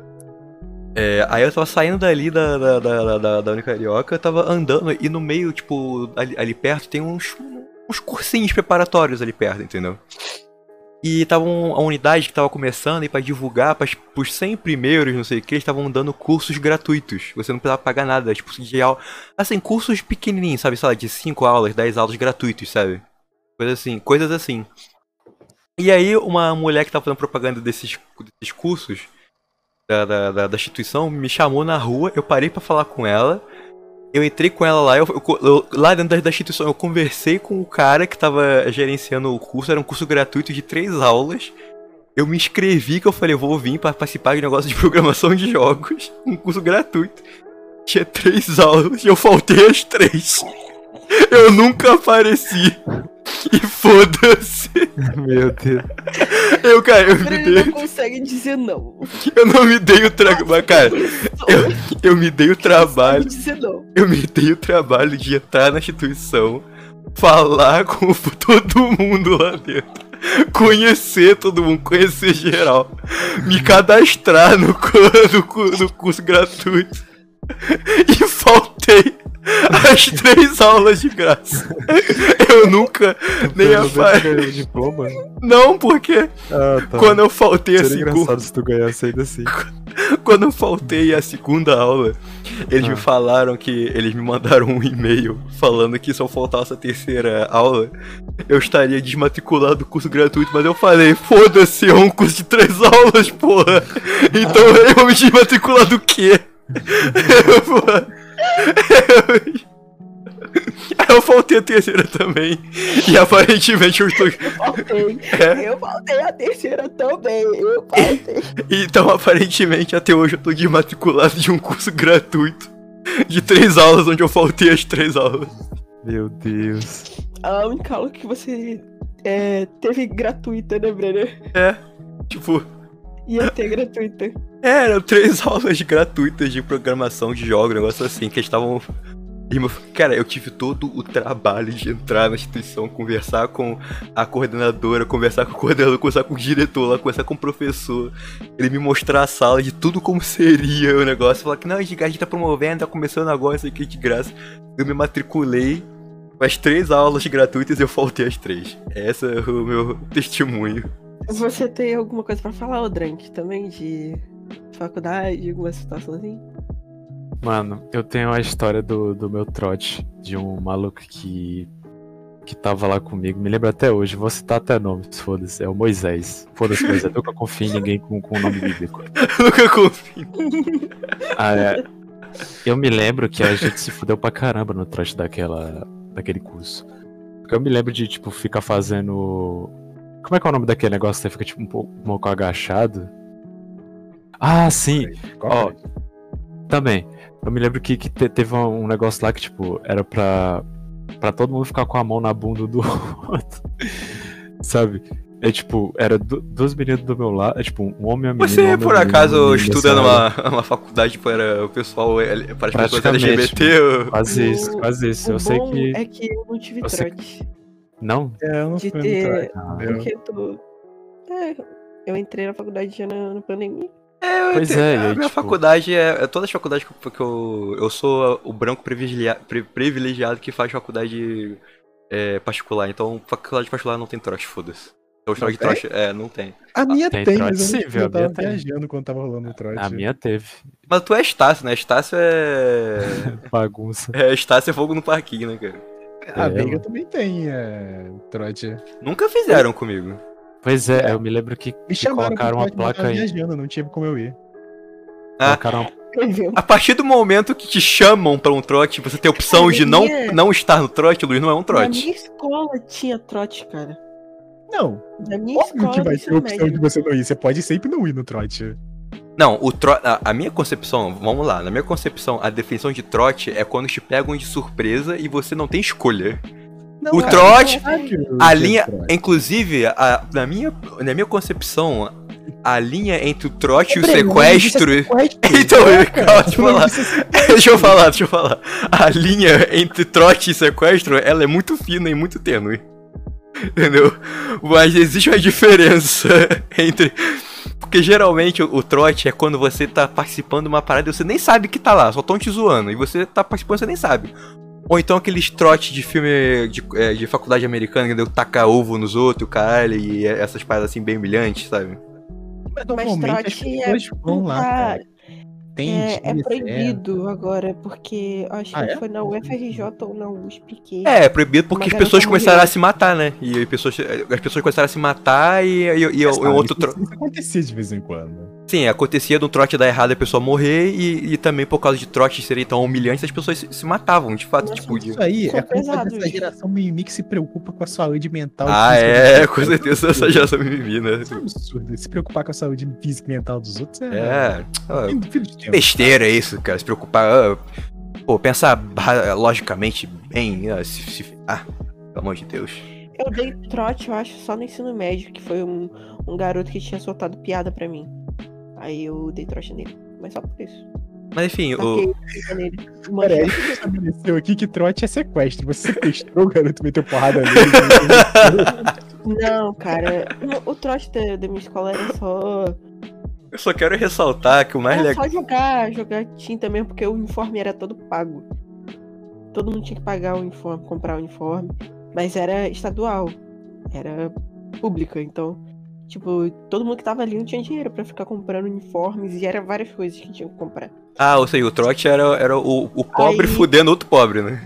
É, aí eu tava saindo dali da, da, da, da, da Unicarioca, eu tava andando e no meio, tipo, ali, ali perto tem uns, uns cursinhos preparatórios ali perto, entendeu? E tava um, a unidade que tava começando e pra divulgar pras, pros cem primeiros, não sei o que, eles estavam dando cursos gratuitos. Você não precisava pagar nada, tipo, de aula. Assim, cursos pequenininhos, sabe? Sei lá, de cinco aulas, dez aulas gratuitos, sabe? Coisas assim, coisas assim. E aí uma mulher que tava fazendo propaganda desses, desses cursos da, da, da, da instituição me chamou na rua, eu parei pra falar com ela. Eu entrei com ela lá, eu, eu- eu- lá dentro da, da instituição, eu conversei com o cara que tava gerenciando o curso, era um curso gratuito de três aulas. Eu me inscrevi, que eu falei, eu vou vir para participar de um negócio de programação de jogos, um curso gratuito. Tinha três aulas e eu faltei as três. Eu nunca apareci. E foda-se. Meu Deus. Eu, cara, eu me Ele dei, não consegue dizer não. eu não me dei o trabalho, mas, cara, eu, eu me dei o trabalho. Sabe dizer não. Eu me dei o trabalho de entrar na instituição, falar com todo mundo lá dentro, conhecer todo mundo, conhecer geral, me cadastrar no, cu- no, cu- no curso gratuito e faltei as três aulas de graça. Eu nunca nem Pelo menos apareci. ganhou o diploma. Não, porque Ah, tá. quando eu faltei a Seria segunda. engraçado se tu ganhasse ainda assim. Quando eu faltei a segunda aula, eles me Ah. falaram que eles me mandaram um e-mail falando que se eu faltasse a terceira aula, eu estaria desmatriculado do curso gratuito, mas eu falei, foda-se, é um curso de três aulas, porra. Então eu vou me desmatricular do quê? Eu, porra, eu- Aí eu faltei a terceira também. E aparentemente eu estou. Faltei. É. Eu faltei a terceira também. Eu faltei. Então, aparentemente, até hoje eu tô desmatriculado de um curso gratuito de três aulas, onde eu faltei as três aulas. Meu Deus. A única aula que você é, teve gratuita, né, Brenner? É, tipo, Ia ter gratuita. é, eram três aulas gratuitas de programação de jogos, um negócio assim, que eles estavam. Irmão, cara, eu tive todo o trabalho de entrar na instituição, conversar com a coordenadora, conversar com o coordenador, conversar com o diretor lá, conversar com o professor. Ele me mostrar a sala de tudo como seria o negócio. Falar que não, a gente a gente tá promovendo, tá começando agora, isso aqui de graça. Eu me matriculei, as três aulas gratuitas eu faltei as três. Esse é o meu testemunho. Você tem alguma coisa pra falar, ô Drank, também de faculdade, alguma situação assim? Mano, eu tenho a história do, do meu trote, de um maluco que que tava lá comigo, me lembro até hoje, vou citar até nomes, foda-se, é o Moisés. Foda-se, Moisés, eu nunca confio em ninguém com, com nome bíblico. Nunca confio. Ah, é. Eu me lembro que a gente se fudeu pra caramba no trote daquela, daquele curso. Porque eu me lembro de, tipo, ficar fazendo... Como é que é o nome daquele negócio que você fica, tipo, um pouco, um pouco agachado? Ah, sim! Ó, também. Eu me lembro que, que te- teve um negócio lá que, tipo, era pra, pra todo mundo ficar com a mão na bunda do outro. Sabe? É tipo, era du- duas meninas do meu lado, é tipo, um homem e uma menina. um Você, homem e por uma acaso, menina, estuda sabe? numa, numa faculdade para o pessoal, L- para as pessoas Praticamente, L G B T? ou- Quase isso, O- quase isso. O Eu sei bom que. é que eu não tive eu sei trote. Não? É, eu não De fui ter. no trote, não. Eu- Porque tu. É, eu entrei na faculdade já na, na pandemia. É, Pois eu, é, a e aí, minha tipo- faculdade é, é todas as faculdades que eu, que eu. Eu sou o branco privilegiado, privilegiado que faz faculdade é, particular. Então, faculdade particular não tem trote, foda-se. Então, Não de tem? trote, é, não tem. A minha tem tem, trote mas eu, sim, não, viu? eu A minha tava tem. viajando quando tava rolando o trote. A minha teve. Mas tu é Estácio, né? Estácio é. Bagunça. É, Estácio é fogo no parquinho, né, cara? A É, Veiga mano. também tem é, trote. Nunca fizeram comigo. Pois é, É. eu me lembro que, Me que chamaram pro colocaram uma trote, mas eu tava placa aí. viajando, não tinha como eu ir. Ah. Colocaram Entendeu? A partir do momento que te chamam pra um trote, você tem a opção Cara, de não, minha- não estar no trote, Luiz, não é um Na trote. minha escola tinha trote, cara. Não, Na minha óbvio escola que vai do ter ensino opção médio. de você não ir. Você pode sempre não ir no trote. Não, o tro... a, a minha concepção, vamos lá, na minha concepção, a definição de trote é quando te pegam de surpresa e você não tem escolha. Não, O cara, trote, claro que eu A tinha linha, trote. inclusive, a- na, minha, na minha concepção, a linha entre o trote e o Peraí, sequestro. isso é sequestro. Então, É, calma, cara, deixa eu falar. isso é sequestro. Deixa eu falar, deixa eu falar. A linha entre trote e sequestro, ela é muito fina e muito tênue. Entendeu? Mas existe uma diferença entre. Porque geralmente o, o trote é quando você tá participando de uma parada e você nem sabe que tá lá, só tão te zoando. E você tá participando e você nem sabe. Ou então aqueles trotes de filme de, é, de faculdade americana, entendeu? Tacar ovo nos outros, caralho, e essas paradas assim bem humilhantes, sabe? Mas Mas normalmente as trote é, pessoas vão lá, cara. Tem é, é dia proibido agora, porque acho Ah, que é? foi na U F R J ou na U S P que É, é proibido porque Uma as garota pessoas começaram morreu. a se matar, né? E as pessoas, as pessoas começaram a se matar e, e, e, e certo. o outro isso, trote. isso acontecia de vez em quando. Sim, acontecia do trote dar errado e a pessoa morrer, e, e também por causa de trotes serem tão humilhantes, as pessoas se, se matavam, de fato, Nossa, tipo. De... Isso aí São é coisa pesados. dessa geração mimimi que se preocupa com a saúde mental. e Ah, física é, dos com outros. certeza essa geração mimimi, né? Isso é um absurdo. Se preocupar com a saúde física e mental dos outros é. É, ó, Filho- filho de Deus. besteira isso, cara, se preocupar. ah, Pô, pensar ba- logicamente bem. ah, se- se- Ah, pelo amor de Deus. eu dei trote, eu acho, só no ensino médio, que foi um, um garoto que tinha soltado piada pra mim. Aí eu dei trote nele, mas só por isso. Mas enfim, o. Taquei piada nele. Pera aí, a gente estabeleceu aqui que trote é sequestro. Você sequestrou o garoto, meteu porrada nele. Não, cara, o, o trote da, da minha escola era só. Eu só quero ressaltar que o mais Era legal. só jogar, jogar tinta mesmo, porque o uniforme era todo pago. Todo mundo tinha que pagar o uniforme, comprar o uniforme. Mas era estadual. Era pública, então. Tipo, todo mundo que tava ali não tinha dinheiro pra ficar comprando uniformes e era várias coisas que tinham que comprar. Ah, ou seja, o trote era, era o, o pobre Aí- fudendo outro pobre, né?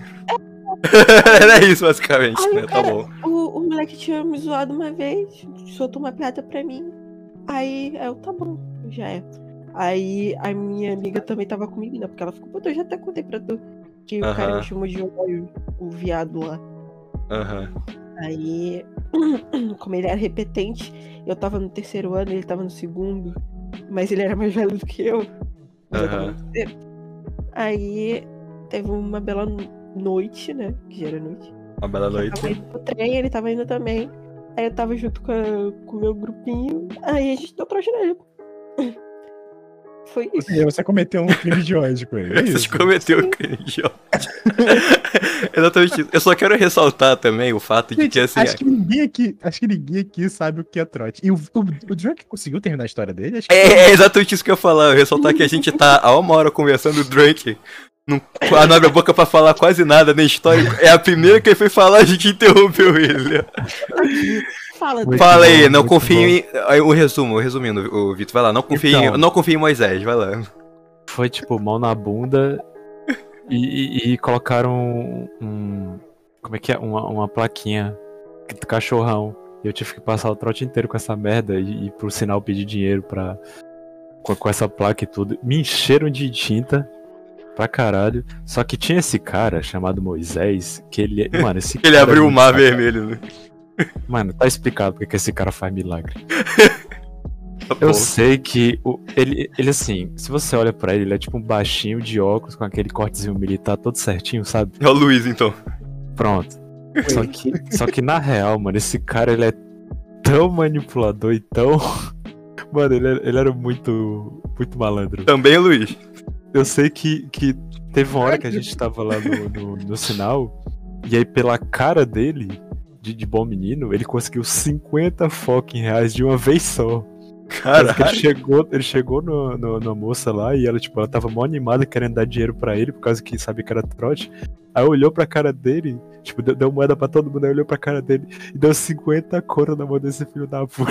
Era isso, basicamente, Aí, né? Tá cara, bom. O, o moleque tinha me zoado uma vez, soltou uma piada pra mim. Aí eu, tá bom, já é. Aí a minha amiga também tava comigo, né? Porque ela ficou, puta, eu já até contei pra tu. Que o cara Aham. me chamou de o, o viado lá. Aham. Aí, como ele era repetente, eu tava no terceiro ano, ele tava no segundo. Mas ele era mais velho do que eu. Mas eu tava Aham. no terceiro. Aí teve uma bela no- noite, né? Que já era noite. Uma bela Eu tava noite. indo pro trem, ele tava indo também. Aí eu tava junto com, a- com o meu grupinho. Aí a gente deu trote nele. Foi Ou isso. seja, você cometeu um crime de ódio com ele. É Você isso. cometeu o crime de ódio. Exatamente isso. Eu só quero ressaltar também o fato de Gente, que assim. acho que ninguém aqui, acho que ninguém aqui sabe o que é trote. E o, o, o Drake conseguiu terminar a história dele? Acho que É, é exatamente isso que eu ia falar. Eu ia ressaltar que a gente tá há uma hora conversando, o Drunk não, não abre a boca pra falar quase nada na história. É a primeira que ele foi falar, a gente interrompeu ele. Fala, Muito Fala aí, bom, não muito confia bom. em. aí, O resumo, resumindo, o Vitor, vai lá, não confia, em, Então. não confia em Moisés, vai lá. Foi tipo mão na bunda e, e- e colocaram um, um- como é que é? Uma, uma plaquinha do cachorrão. E eu tive que passar o trote inteiro com essa merda e, e pro sinal pedir dinheiro pra, com, com essa placa e tudo. Me encheram de tinta pra caralho. Só que tinha esse cara chamado Moisés, que ele. Mano, esse Ele cara abriu é o muito mar sacana. vermelho, né? Mano, tá explicado porque que esse cara faz milagre. Tá Eu bom. sei que o, ele, ele, assim, se você olha pra ele, ele é tipo um baixinho de óculos com aquele cortezinho militar todo certinho, sabe? É o Luiz, então. Pronto. Só que, só que na real, mano, esse cara ele é tão manipulador e tão. Mano, ele, era- ele era muito. Muito malandro. Também é Luiz. Eu sei que, que teve uma hora que a gente tava lá no, no, no sinal, e aí pela cara dele, de, de bom menino, ele conseguiu cinquenta fucking reais de uma vez só. Parece que ele Caralho. chegou, ele chegou no, no, na moça lá e ela, tipo, ela tava mó animada querendo dar dinheiro pra ele, por causa que sabia que era trote. Aí olhou pra cara dele, tipo, deu, deu moeda pra todo mundo, aí olhou pra cara dele e deu cinquenta coro na mão desse filho da puta.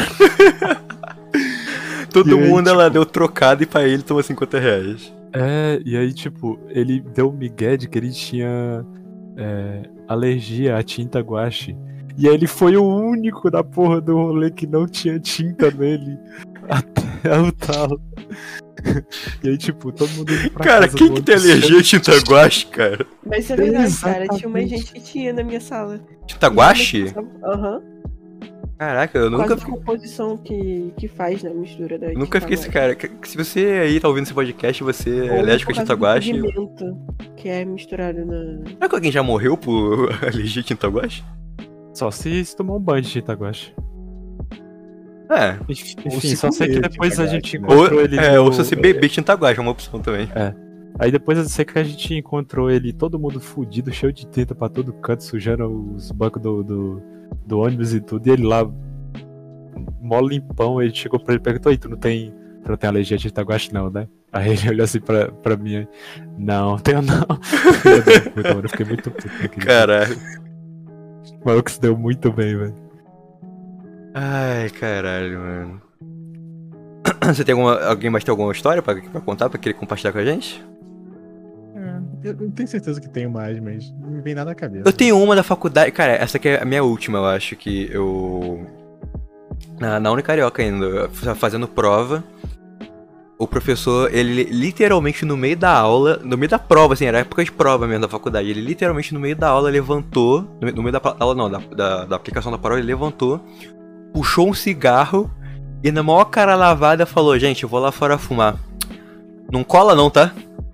Todo E aí, mundo ela tipo- deu trocado e pra ele toma cinquenta reais. É, e aí, tipo, ele deu um migué de que ele tinha é, alergia à tinta guache. E aí ele foi o único da porra do rolê que não tinha tinta nele. Até o talo. E aí, tipo, todo mundo indo pra Cara, casa quem do que tem outro alergia a tinta guache, cara? Mas isso é verdade, cara. Exatamente. Tinha uma gente que tinha na minha sala. Tinta guache? Aham. Caraca, eu Por nunca causa da fiquei. composição que, que faz na mistura da Eu nunca tinta fiquei esse guache. cara. Se você aí tá ouvindo esse podcast, você é Ou alérgico por a tinta causa do guache. pigmento que é misturado na... Será que alguém já morreu por alergia a tinta guache? Só se, se tomar um banho de tinta guache. É. Enfim, Ou enfim, se só sei que comer depois tinta a guache, gente né? encontrou Ou, ele é, no- ou se você beber tinta guache, é uma opção também. Aí depois eu sei que a gente encontrou ele todo mundo fudido, cheio de tinta pra todo canto, sujando os bancos do, do, do ônibus e tudo. E ele lá, mó limpão, ele chegou pra ele e perguntou: "Ei, tu não tem, tu não tem alergia a tinta guache não, né?" Aí ele olhou assim pra, pra mim, aí, "Não, tenho não." Filha da puta, mano, eu fiquei muito puto com aquele Caralho. O maluco se deu muito bem, velho. Ai, caralho, mano. Você tem alguma. Alguém mais tem alguma história pra, pra contar, pra querer compartilhar com a gente? É, eu não tenho certeza que tenho mais, mas não me vem nada na cabeça. Eu tenho uma da faculdade. Cara, essa aqui é a minha última, eu acho que eu. Na, na Unicarioca ainda, eu tava fazendo prova. O professor, ele literalmente no meio da aula, no meio da prova, assim, era época de prova mesmo da faculdade. Ele literalmente no meio da aula levantou. No, no meio da pa- aula não, da, da, da aplicação da prova, ele levantou, puxou um cigarro e na maior cara lavada falou: "Gente, eu vou lá fora fumar. Não cola não, tá?"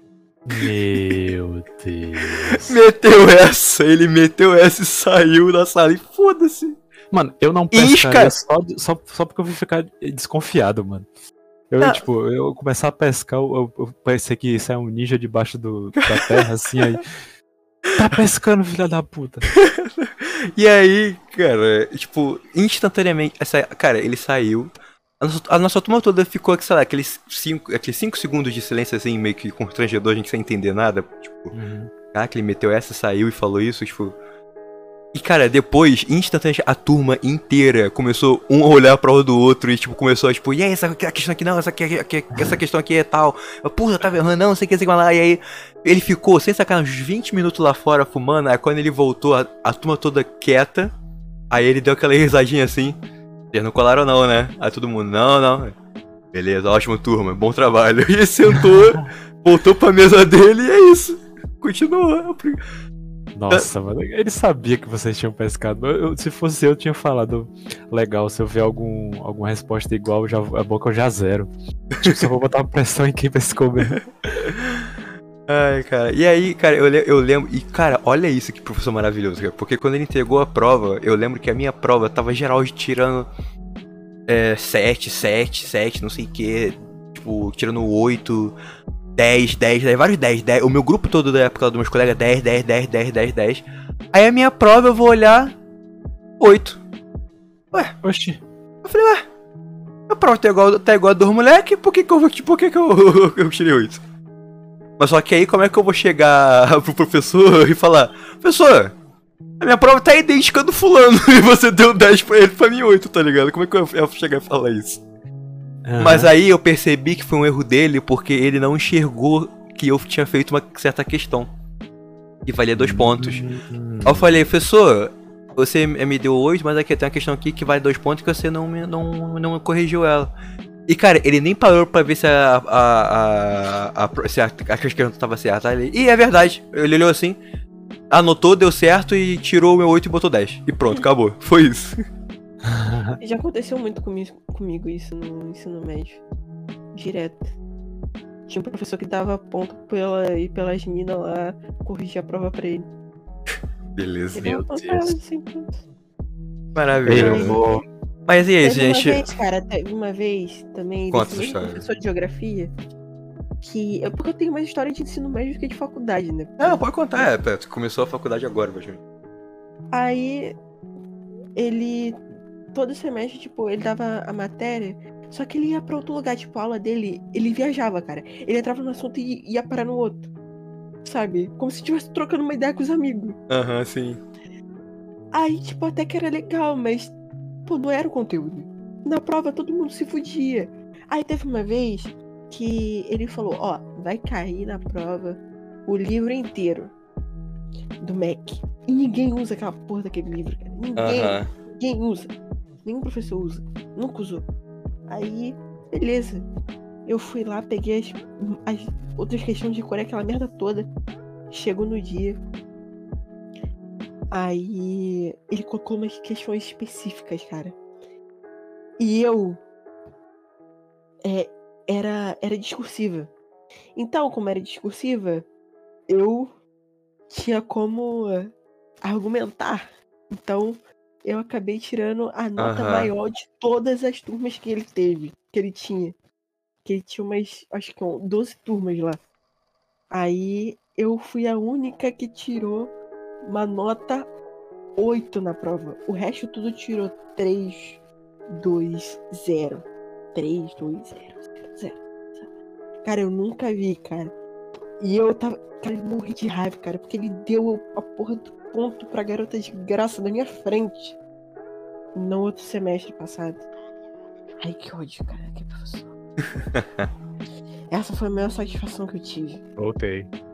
Meu Deus. Meteu essa, ele meteu essa e saiu da sala e foda-se. Mano, eu não Isca! pescaria só, de- só, só porque eu vou ficar desconfiado, mano. Eu, Ah. tipo, eu começar a pescar, eu, eu pensei que isso é um ninja debaixo do, da terra, assim, aí. Tá pescando, filha da puta. E aí, cara, tipo, instantaneamente, essa, cara, ele saiu. A nossa, a nossa turma toda ficou, sei lá, aqueles cinco, aqueles cinco segundos de silêncio assim, meio que constrangedor, a gente sem entender nada. Tipo, caraca, ele meteu essa, saiu e falou isso, tipo. E cara, depois, instantaneamente, a turma inteira começou um a olhar pra hora do outro e tipo, começou a tipo, e aí, essa a questão aqui não, essa, aqui, aqui, essa questão aqui é tal. Eu, Puta, tá vendo? Não, sei o que, sei o que lá. E aí, ele ficou, sem sacar, uns vinte minutos lá fora fumando. Aí quando ele voltou, a, a turma toda quieta. Aí ele deu aquela risadinha assim. Vocês não colaram não, né? Aí todo mundo, não, não. Beleza, ótimo turma, bom trabalho. E ele sentou, voltou pra mesa dele e é isso. Continuou. Nossa, mano, ele sabia que vocês tinham pescado. Eu- eu- se fosse eu, tinha falado legal. Se eu ver algum, alguma resposta igual, já, é bom que eu já zero. Tipo, só vou botar uma pressão em quem pescou mesmo. Ai, cara. E aí, cara, eu, le- eu lembro. E, cara, olha isso que professor maravilhoso, cara. Porque quando ele entregou a prova, eu lembro que a minha prova tava geral tirando é, sete, sete, sete, não sei o que. Tipo, tirando oito, dez, dez, dez, vários dez, dez. O meu grupo todo da época dos meus colegas, dez, dez, dez, dez, dez, dez. Aí a minha prova eu vou olhar oito. Oxi. Eu falei, ué, a prova tá igual, tá igual a dos moleques, por que que eu, vou- por que que eu, eu tirei oito? Mas só que aí como é que eu vou chegar pro professor e falar, professor, a minha prova tá idêntica do fulano e você deu dez pra ele, pra mim oito, tá ligado? Como é que eu ia chegar e falar isso? Aham. Mas aí eu percebi que foi um erro dele porque ele não enxergou que eu tinha feito uma certa questão. E valia dois pontos. Hum. Aí eu falei, professor, você me deu oito, mas aqui tem uma questão aqui que vale dois pontos que você não, me- não, não corrigiu ela. E cara, ele nem parou pra ver se a, a, a, a, se a, a questão tava certa. Ele, e é verdade, ele olhou assim, anotou, deu certo e tirou o meu oito e botou dez. E pronto, acabou. Foi isso. Já aconteceu muito comigo, comigo isso no ensino médio. Direto. Tinha um professor que dava ponto pela, e pelas minas lá, corrigir a prova pra ele. Beleza. Ele dava ponto pra Deus. ela, assim, pronto. Maravilha. Eu vou. Mas e aí, Teve uma gente? vez, cara, teve uma vez também, Conta desse essa mesmo história. professor de geografia, que... é porque eu tenho mais história de ensino médio do que de faculdade, né? Não, pode contar. É, pera, tu começou a faculdade agora, Benjamin. Aí, ele, todo semestre, tipo, ele dava a matéria Só que ele ia pra outro lugar, tipo, a aula dele, ele viajava, cara. Ele entrava no assunto e ia parar no outro. Sabe? Como se estivesse trocando uma ideia com os amigos. Aham, sim. Aí, tipo, até que era legal, mas, pô, não era o conteúdo. Na prova todo mundo se fudia. Aí teve uma vez que ele falou, ó, vai cair na prova o livro inteiro do Mac. E ninguém usa aquela porra daquele livro, cara. Ninguém, Aham. ninguém usa. Nenhum professor usa. Nunca usou. Aí, beleza. Eu fui lá, peguei as, as outras questões de Coreia, aquela merda toda. Chegou no dia. Aí ele colocou umas questões específicas, cara. E eu é, era, era discursiva. Então, como era discursiva, eu tinha como argumentar. Então, eu acabei tirando a nota Aham. maior de todas as turmas que ele teve, que ele tinha. Que ele tinha umas, acho que doze turmas lá. Aí eu fui a única que tirou uma nota oito na prova. O resto tudo tirou três, dois, zero. três, dois, zero, zero, zero. Cara, eu nunca vi, cara. E eu tava. Cara, eu morri de raiva, cara, porque ele deu a porra do ponto pra garota de graça na minha frente. No outro semestre passado. Ai, que ódio, cara, que professor. Essa foi a maior satisfação que eu tive. Voltei.